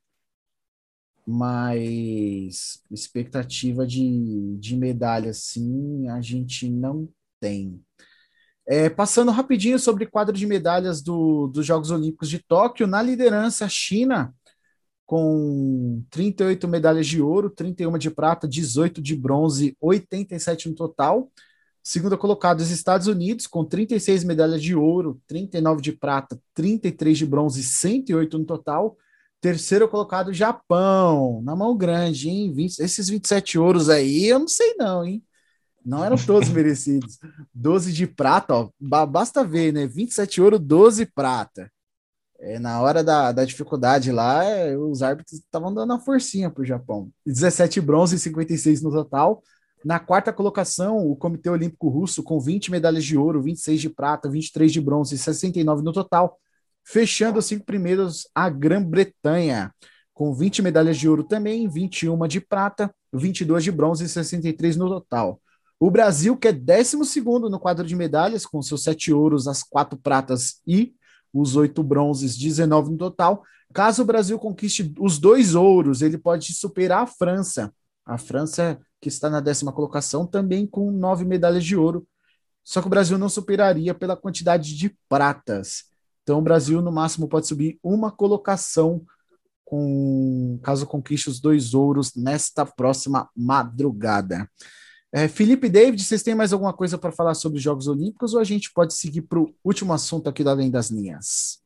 Mas expectativa de medalha, sim, a gente não tem. Passando rapidinho sobre quadro de medalhas dos Jogos Olímpicos de Tóquio, na liderança, a China, com 38 medalhas de ouro, 31 de prata, 18 de bronze, 87 no total. Segundo colocado, os Estados Unidos, com 36 medalhas de ouro, 39 de prata, 33 de bronze, 108 no total. Terceiro colocado, Japão, na mão grande, hein? Esses 27 ouros aí, eu não sei não, hein? Não eram todos merecidos. 12 de prata, ó, basta ver, né? 27 ouro, 12 prata. Na hora da dificuldade lá, os árbitros estavam dando uma forcinha pro Japão. 17 bronze e 56 no total. Na quarta colocação, o Comitê Olímpico Russo, com 20 medalhas de ouro, 26 de prata, 23 de bronze e 69 no total. Fechando os 5 primeiros, a Grã-Bretanha, com 20 medalhas de ouro também, 21 de prata, 22 de bronze e 63 no total. O Brasil, que é 12º no quadro de medalhas, com seus 7 ouros, as 4 pratas e os 8 bronzes, 19 no total. Caso o Brasil conquiste os 2 ouros, ele pode superar a França. A França, que está na 10ª colocação, também com 9 medalhas de ouro. só que o Brasil não superaria pela quantidade de pratas. Então o Brasil, no máximo, pode subir uma colocação caso conquiste os 2 ouros nesta próxima madrugada. Felipe David, vocês têm mais alguma coisa para falar sobre os Jogos Olímpicos ou a gente pode seguir para o último assunto aqui da Além das Linhas?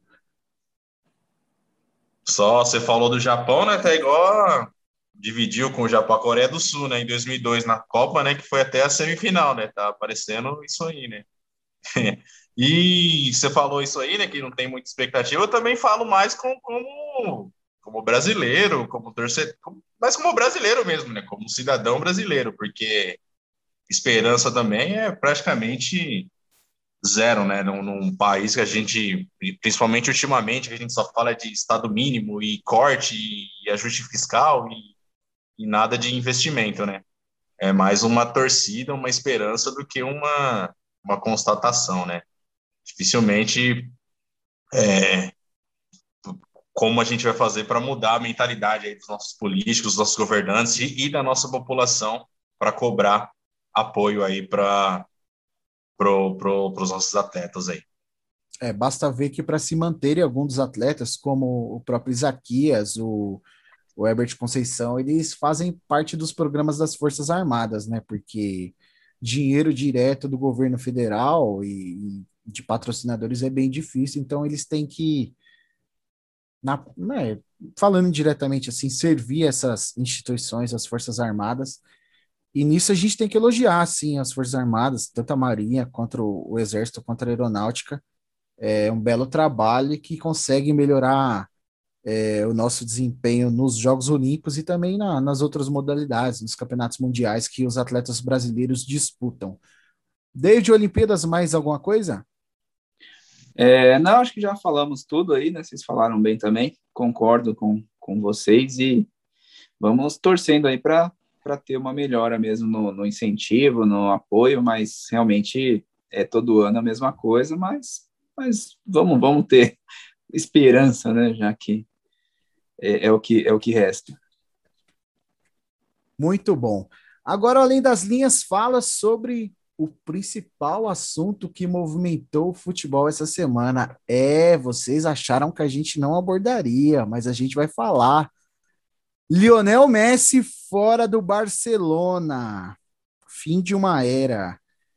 Só você falou do Japão, né? Tá igual dividiu com o Japão, a Coreia do Sul, né? Em 2002 na Copa, né? Que foi até a semifinal, né? Tá aparecendo isso aí, né? E você falou isso aí, né? Que não tem muita expectativa. Eu também falo mais como brasileiro, como torcedor, mas como brasileiro mesmo, né? Como cidadão brasileiro, porque esperança também é praticamente zero, né? Num país que a gente, principalmente ultimamente, que a gente só fala de estado mínimo e corte e ajuste fiscal e nada de investimento, né? É mais uma torcida, uma esperança do que uma constatação, né? Dificilmente como a gente vai fazer para mudar a mentalidade aí dos nossos políticos, dos nossos governantes e da nossa população para cobrar apoio aí para os nossos atletas aí. Basta ver que para se manterem alguns dos atletas, como o próprio Isaquias, o Herbert Conceição, eles fazem parte dos programas das Forças Armadas, né? Porque dinheiro direto do governo federal e de patrocinadores é bem difícil, então eles têm que, né, falando diretamente assim, servir essas instituições, as Forças Armadas, e nisso a gente tem que elogiar, assim, as Forças Armadas, tanto a Marinha, quanto o Exército, quanto a Aeronáutica, é um belo trabalho que consegue melhorar o nosso desempenho nos Jogos Olímpicos e também nas outras modalidades, nos campeonatos mundiais que os atletas brasileiros disputam. Desde Olimpíadas, mais alguma coisa? Não, acho que já falamos tudo aí, né? Vocês falaram bem também, concordo com vocês e vamos torcendo aí para ter uma melhora mesmo no incentivo, no apoio, mas realmente é todo ano a mesma coisa, mas vamos ter esperança, né? Já que é o que resta. Muito bom. Agora, além das linhas, fala sobre o principal assunto que movimentou o futebol essa semana. Vocês acharam que a gente não abordaria, mas a gente vai falar. Lionel Messi fora do Barcelona. Fim de uma era.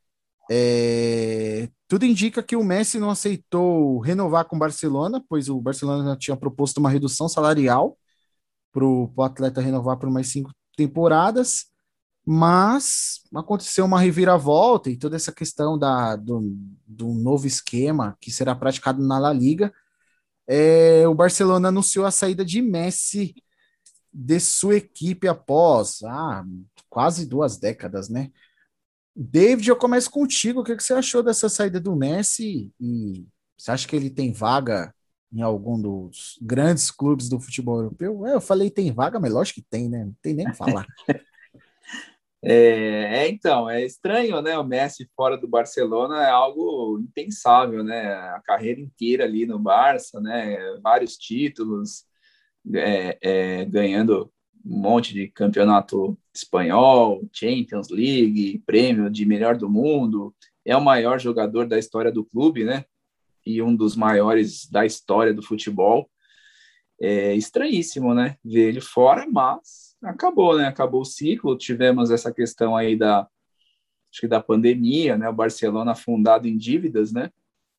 Tudo indica que o Messi não aceitou renovar com o Barcelona, pois o Barcelona tinha proposto uma redução salarial para o atleta renovar por mais 5 temporadas, mas aconteceu uma reviravolta e toda essa questão do novo esquema que será praticado na La Liga. O Barcelona anunciou a saída de Messi de sua equipe após quase 2 décadas, né? David, eu começo contigo. O que você achou dessa saída do Messi? E você acha que ele tem vaga em algum dos grandes clubes do futebol europeu? Eu falei tem vaga, mas lógico que tem, né? Não tem nem o que falar. Então, é estranho, né? O Messi fora do Barcelona é algo impensável, né? A carreira inteira ali no Barça, né? Vários títulos, ganhando um monte de campeonato espanhol, Champions League, prêmio de melhor do mundo. É o maior jogador da história do clube, né? E um dos maiores da história do futebol. É estranhíssimo, né? Ver ele fora, mas acabou, né? Acabou o ciclo. Tivemos essa questão aí acho que da pandemia, né? O Barcelona afundado em dívidas, né?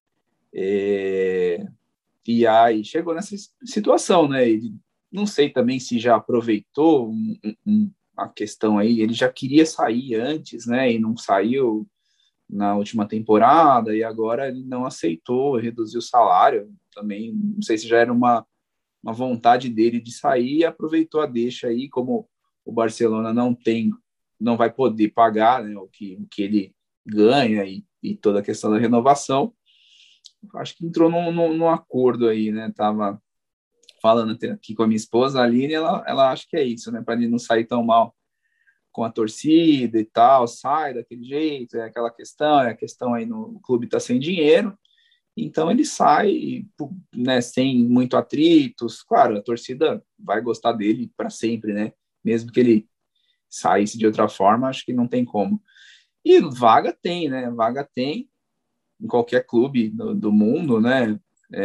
E aí chegou nessa situação, né? Ele, não sei também se já aproveitou a questão aí. Ele já queria sair antes, né? E não saiu na última temporada. E agora ele não aceitou, reduziu o salário. Também não sei se já era uma vontade dele de sair e aproveitou a deixa aí, como o Barcelona não vai poder pagar, né, o que ele ganha e toda a questão da renovação. Acho que entrou num acordo aí, né? Tava falando aqui com a minha esposa, a Aline, ela acha que é isso, né? Para ele não sair tão mal com a torcida e tal, sai daquele jeito, é aquela questão, a questão aí no clube tá sem dinheiro, então ele sai, né, sem muito atritos. Claro, a torcida vai gostar dele para sempre, né? Mesmo que ele saísse de outra forma, acho que não tem como. E vaga tem, né? Vaga tem em qualquer clube do mundo, né?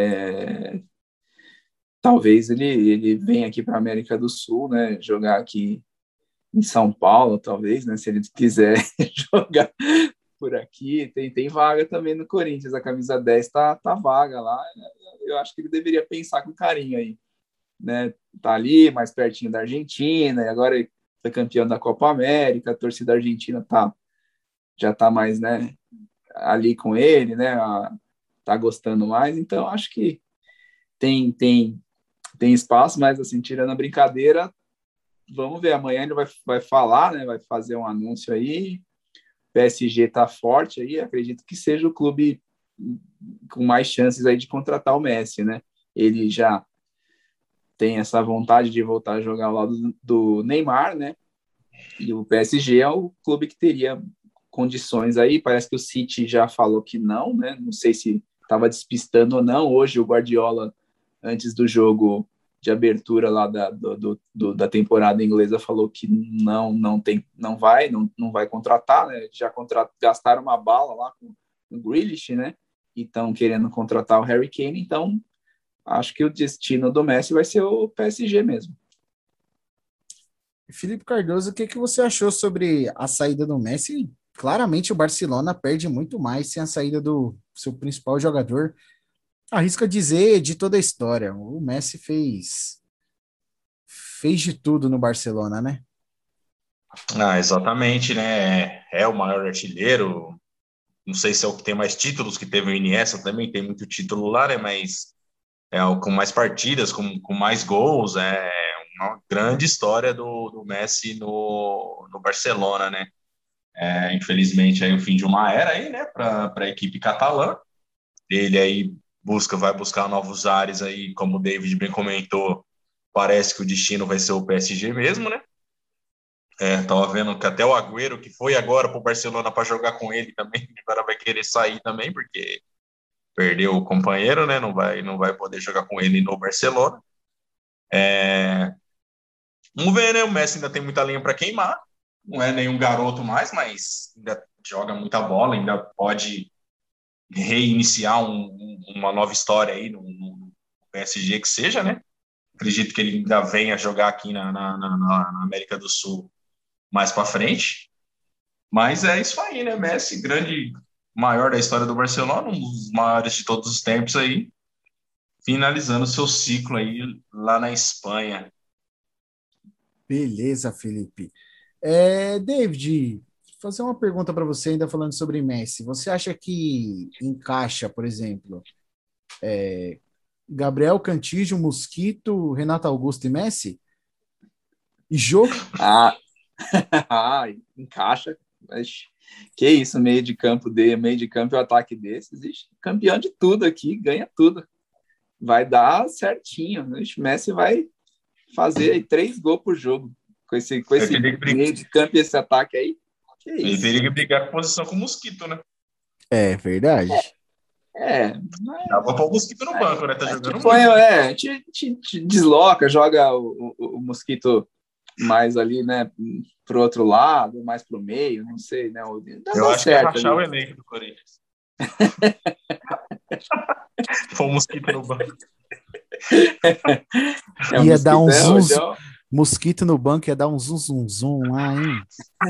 Talvez ele venha aqui para a América do Sul, né? Jogar aqui em São Paulo, talvez, né? Se ele quiser jogar por aqui. Tem vaga também no Corinthians. A camisa 10 tá vaga lá. Eu acho que ele deveria pensar com carinho aí, né? Tá ali mais pertinho da Argentina, e agora ele foi campeão da Copa América, a torcida argentina já tá mais, né, ali com ele, né? Tá gostando mais, então acho que tem espaço, mas assim, tirando a brincadeira, vamos ver, amanhã ele vai falar, né? Vai fazer um anúncio aí. PSG tá forte aí, acredito que seja o clube com mais chances aí de contratar o Messi, né? Ele já tem essa vontade de voltar a jogar ao lado do Neymar, né? E o PSG é o clube que teria condições aí. Parece que o City já falou que não, né? Não sei se estava despistando ou não. Hoje o Guardiola, antes do jogo de abertura lá da temporada inglesa, falou que não vai contratar, né? Já gastaram uma bala lá com o Grealish, né? E estão querendo contratar o Harry Kane, então acho que o destino do Messi vai ser o PSG mesmo. Felipe Cardoso, o que você achou sobre a saída do Messi? Claramente o Barcelona perde muito mais sem a saída do seu principal jogador. Arrisca dizer de toda a história. O Messi fez de tudo no Barcelona, né? Exatamente, né? É o maior artilheiro. Não sei se é o que tem mais títulos, que teve o Iniesta também, tem muito título lá, né? Mas é o com mais partidas, com mais gols. É uma grande história do Messi no Barcelona, né? Infelizmente, aí o fim de uma era aí, né? Para a equipe catalã. Ele aí vai buscar novos ares aí, como o David bem comentou. Parece que o destino vai ser o PSG mesmo, né? Tava vendo que até o Agüero, que foi agora para o Barcelona para jogar com ele também, agora vai querer sair também, porque perdeu o companheiro, né? Não vai poder jogar com ele no Barcelona. Vamos ver, né? O Messi ainda tem muita linha para queimar. Não é nenhum garoto mais, mas ainda joga muita bola, ainda pode reiniciar uma nova história aí no PSG que seja, né? Acredito que ele ainda venha jogar aqui na América do Sul mais para frente. Mas é isso aí, né? Messi, grande, maior da história do Barcelona, um dos maiores de todos os tempos aí, finalizando seu ciclo aí lá na Espanha. Beleza, Felipe. David, vou fazer uma pergunta para você ainda falando sobre Messi. Você acha que encaixa, por exemplo, Gabriel Cantígio, Mosquito, Renato Augusto e Messi? E Jô? Encaixa. Mas que isso, meio de campo e ataque desses, campeão de tudo aqui, ganha tudo. Vai dar certinho. O Messi vai fazer aí 3 gols por jogo com esse meio de campo e esse ataque aí. Que isso? Ele teria que brigar com posição com o Mosquito, né? É verdade. Dava para o Mosquito no banco, né? Tá jogando muito. A gente desloca, joga o Mosquito mais ali, né, pro outro lado, mais pro meio, não sei, né? Eu acho que é rachar o elenco do Corinthians. Foi o Mosquito no banco. Ia dar um zoom. Mosquito no banco ia dar um zum lá, hein?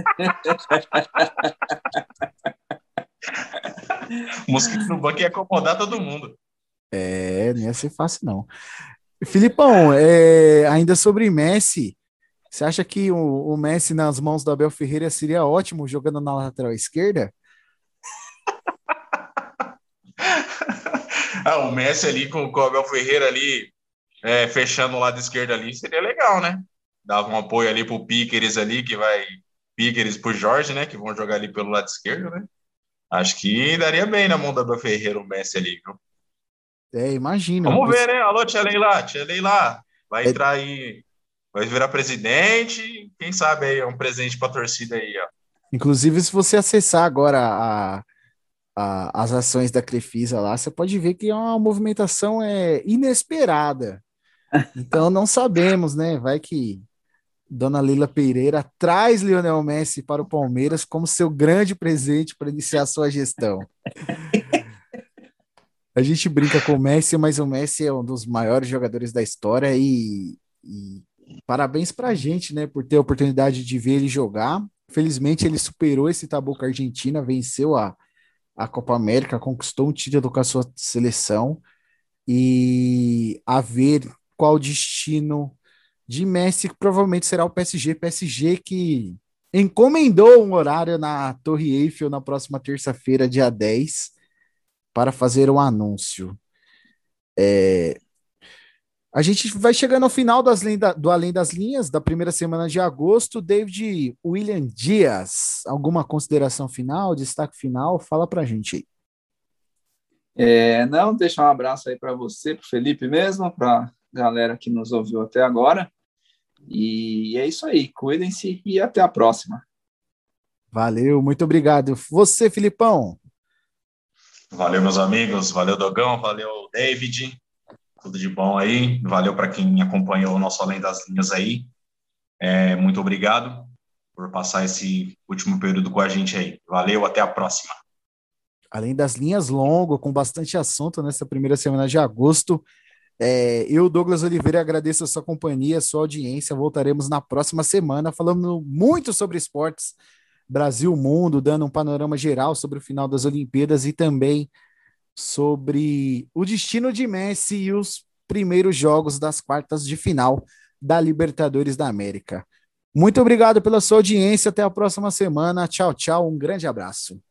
Mosquito no banco ia acomodar todo mundo. Não ia ser fácil, não. Filipão, ainda sobre Messi, você acha que o Messi nas mãos do Abel Ferreira seria ótimo jogando na lateral esquerda? O Messi ali com o Abel Ferreira ali fechando o lado esquerdo ali seria legal, né? Dava um apoio ali pro Piqueres ali, Piqueres pro Jorge, né? Que vão jogar ali pelo lado esquerdo, né? Acho que daria bem na mão do Abel Ferreira o Messi ali, viu? Imagina. Vamos ver, né? Alô, tia Leila. Vai entrar aí, vai virar presidente, quem sabe aí é um presente pra torcida aí, ó. Inclusive, se você acessar agora as ações da Crefisa lá, você pode ver que é uma movimentação inesperada. Então, não sabemos, né? Vai que Dona Leila Pereira traz Lionel Messi para o Palmeiras como seu grande presente para iniciar sua gestão. A gente brinca com o Messi, mas o Messi é um dos maiores jogadores da história e parabéns para a gente, né, por ter a oportunidade de ver ele jogar. Felizmente ele superou esse tabu com a Argentina, venceu a Copa América, conquistou um título com a sua seleção e a ver qual o destino de Messi, que provavelmente será o PSG que encomendou um horário na Torre Eiffel na próxima terça-feira, dia 10, para fazer um anúncio. A gente vai chegando ao final do Além das Linhas, da primeira semana de agosto. David William Dias, alguma consideração final, destaque final? Fala pra gente aí. Não, deixar um abraço aí para você, para o Felipe mesmo, para a galera que nos ouviu até agora. E é isso aí, cuidem-se e até a próxima. Valeu, muito obrigado. Você, Filipão? Valeu, meus amigos, valeu, Dogão, valeu, David, tudo de bom aí, valeu para quem acompanhou o nosso Além das Linhas aí, muito obrigado por passar esse último período com a gente aí, valeu, até a próxima. Além das Linhas, longo, com bastante assunto nessa primeira semana de agosto. Eu, Douglas Oliveira, agradeço a sua companhia, a sua audiência. Voltaremos na próxima semana falando muito sobre esportes, Brasil, mundo, dando um panorama geral sobre o final das Olimpíadas e também sobre o destino de Messi e os primeiros jogos das quartas de final da Libertadores da América. Muito obrigado pela sua audiência. Até a próxima semana. Tchau, tchau. Um grande abraço.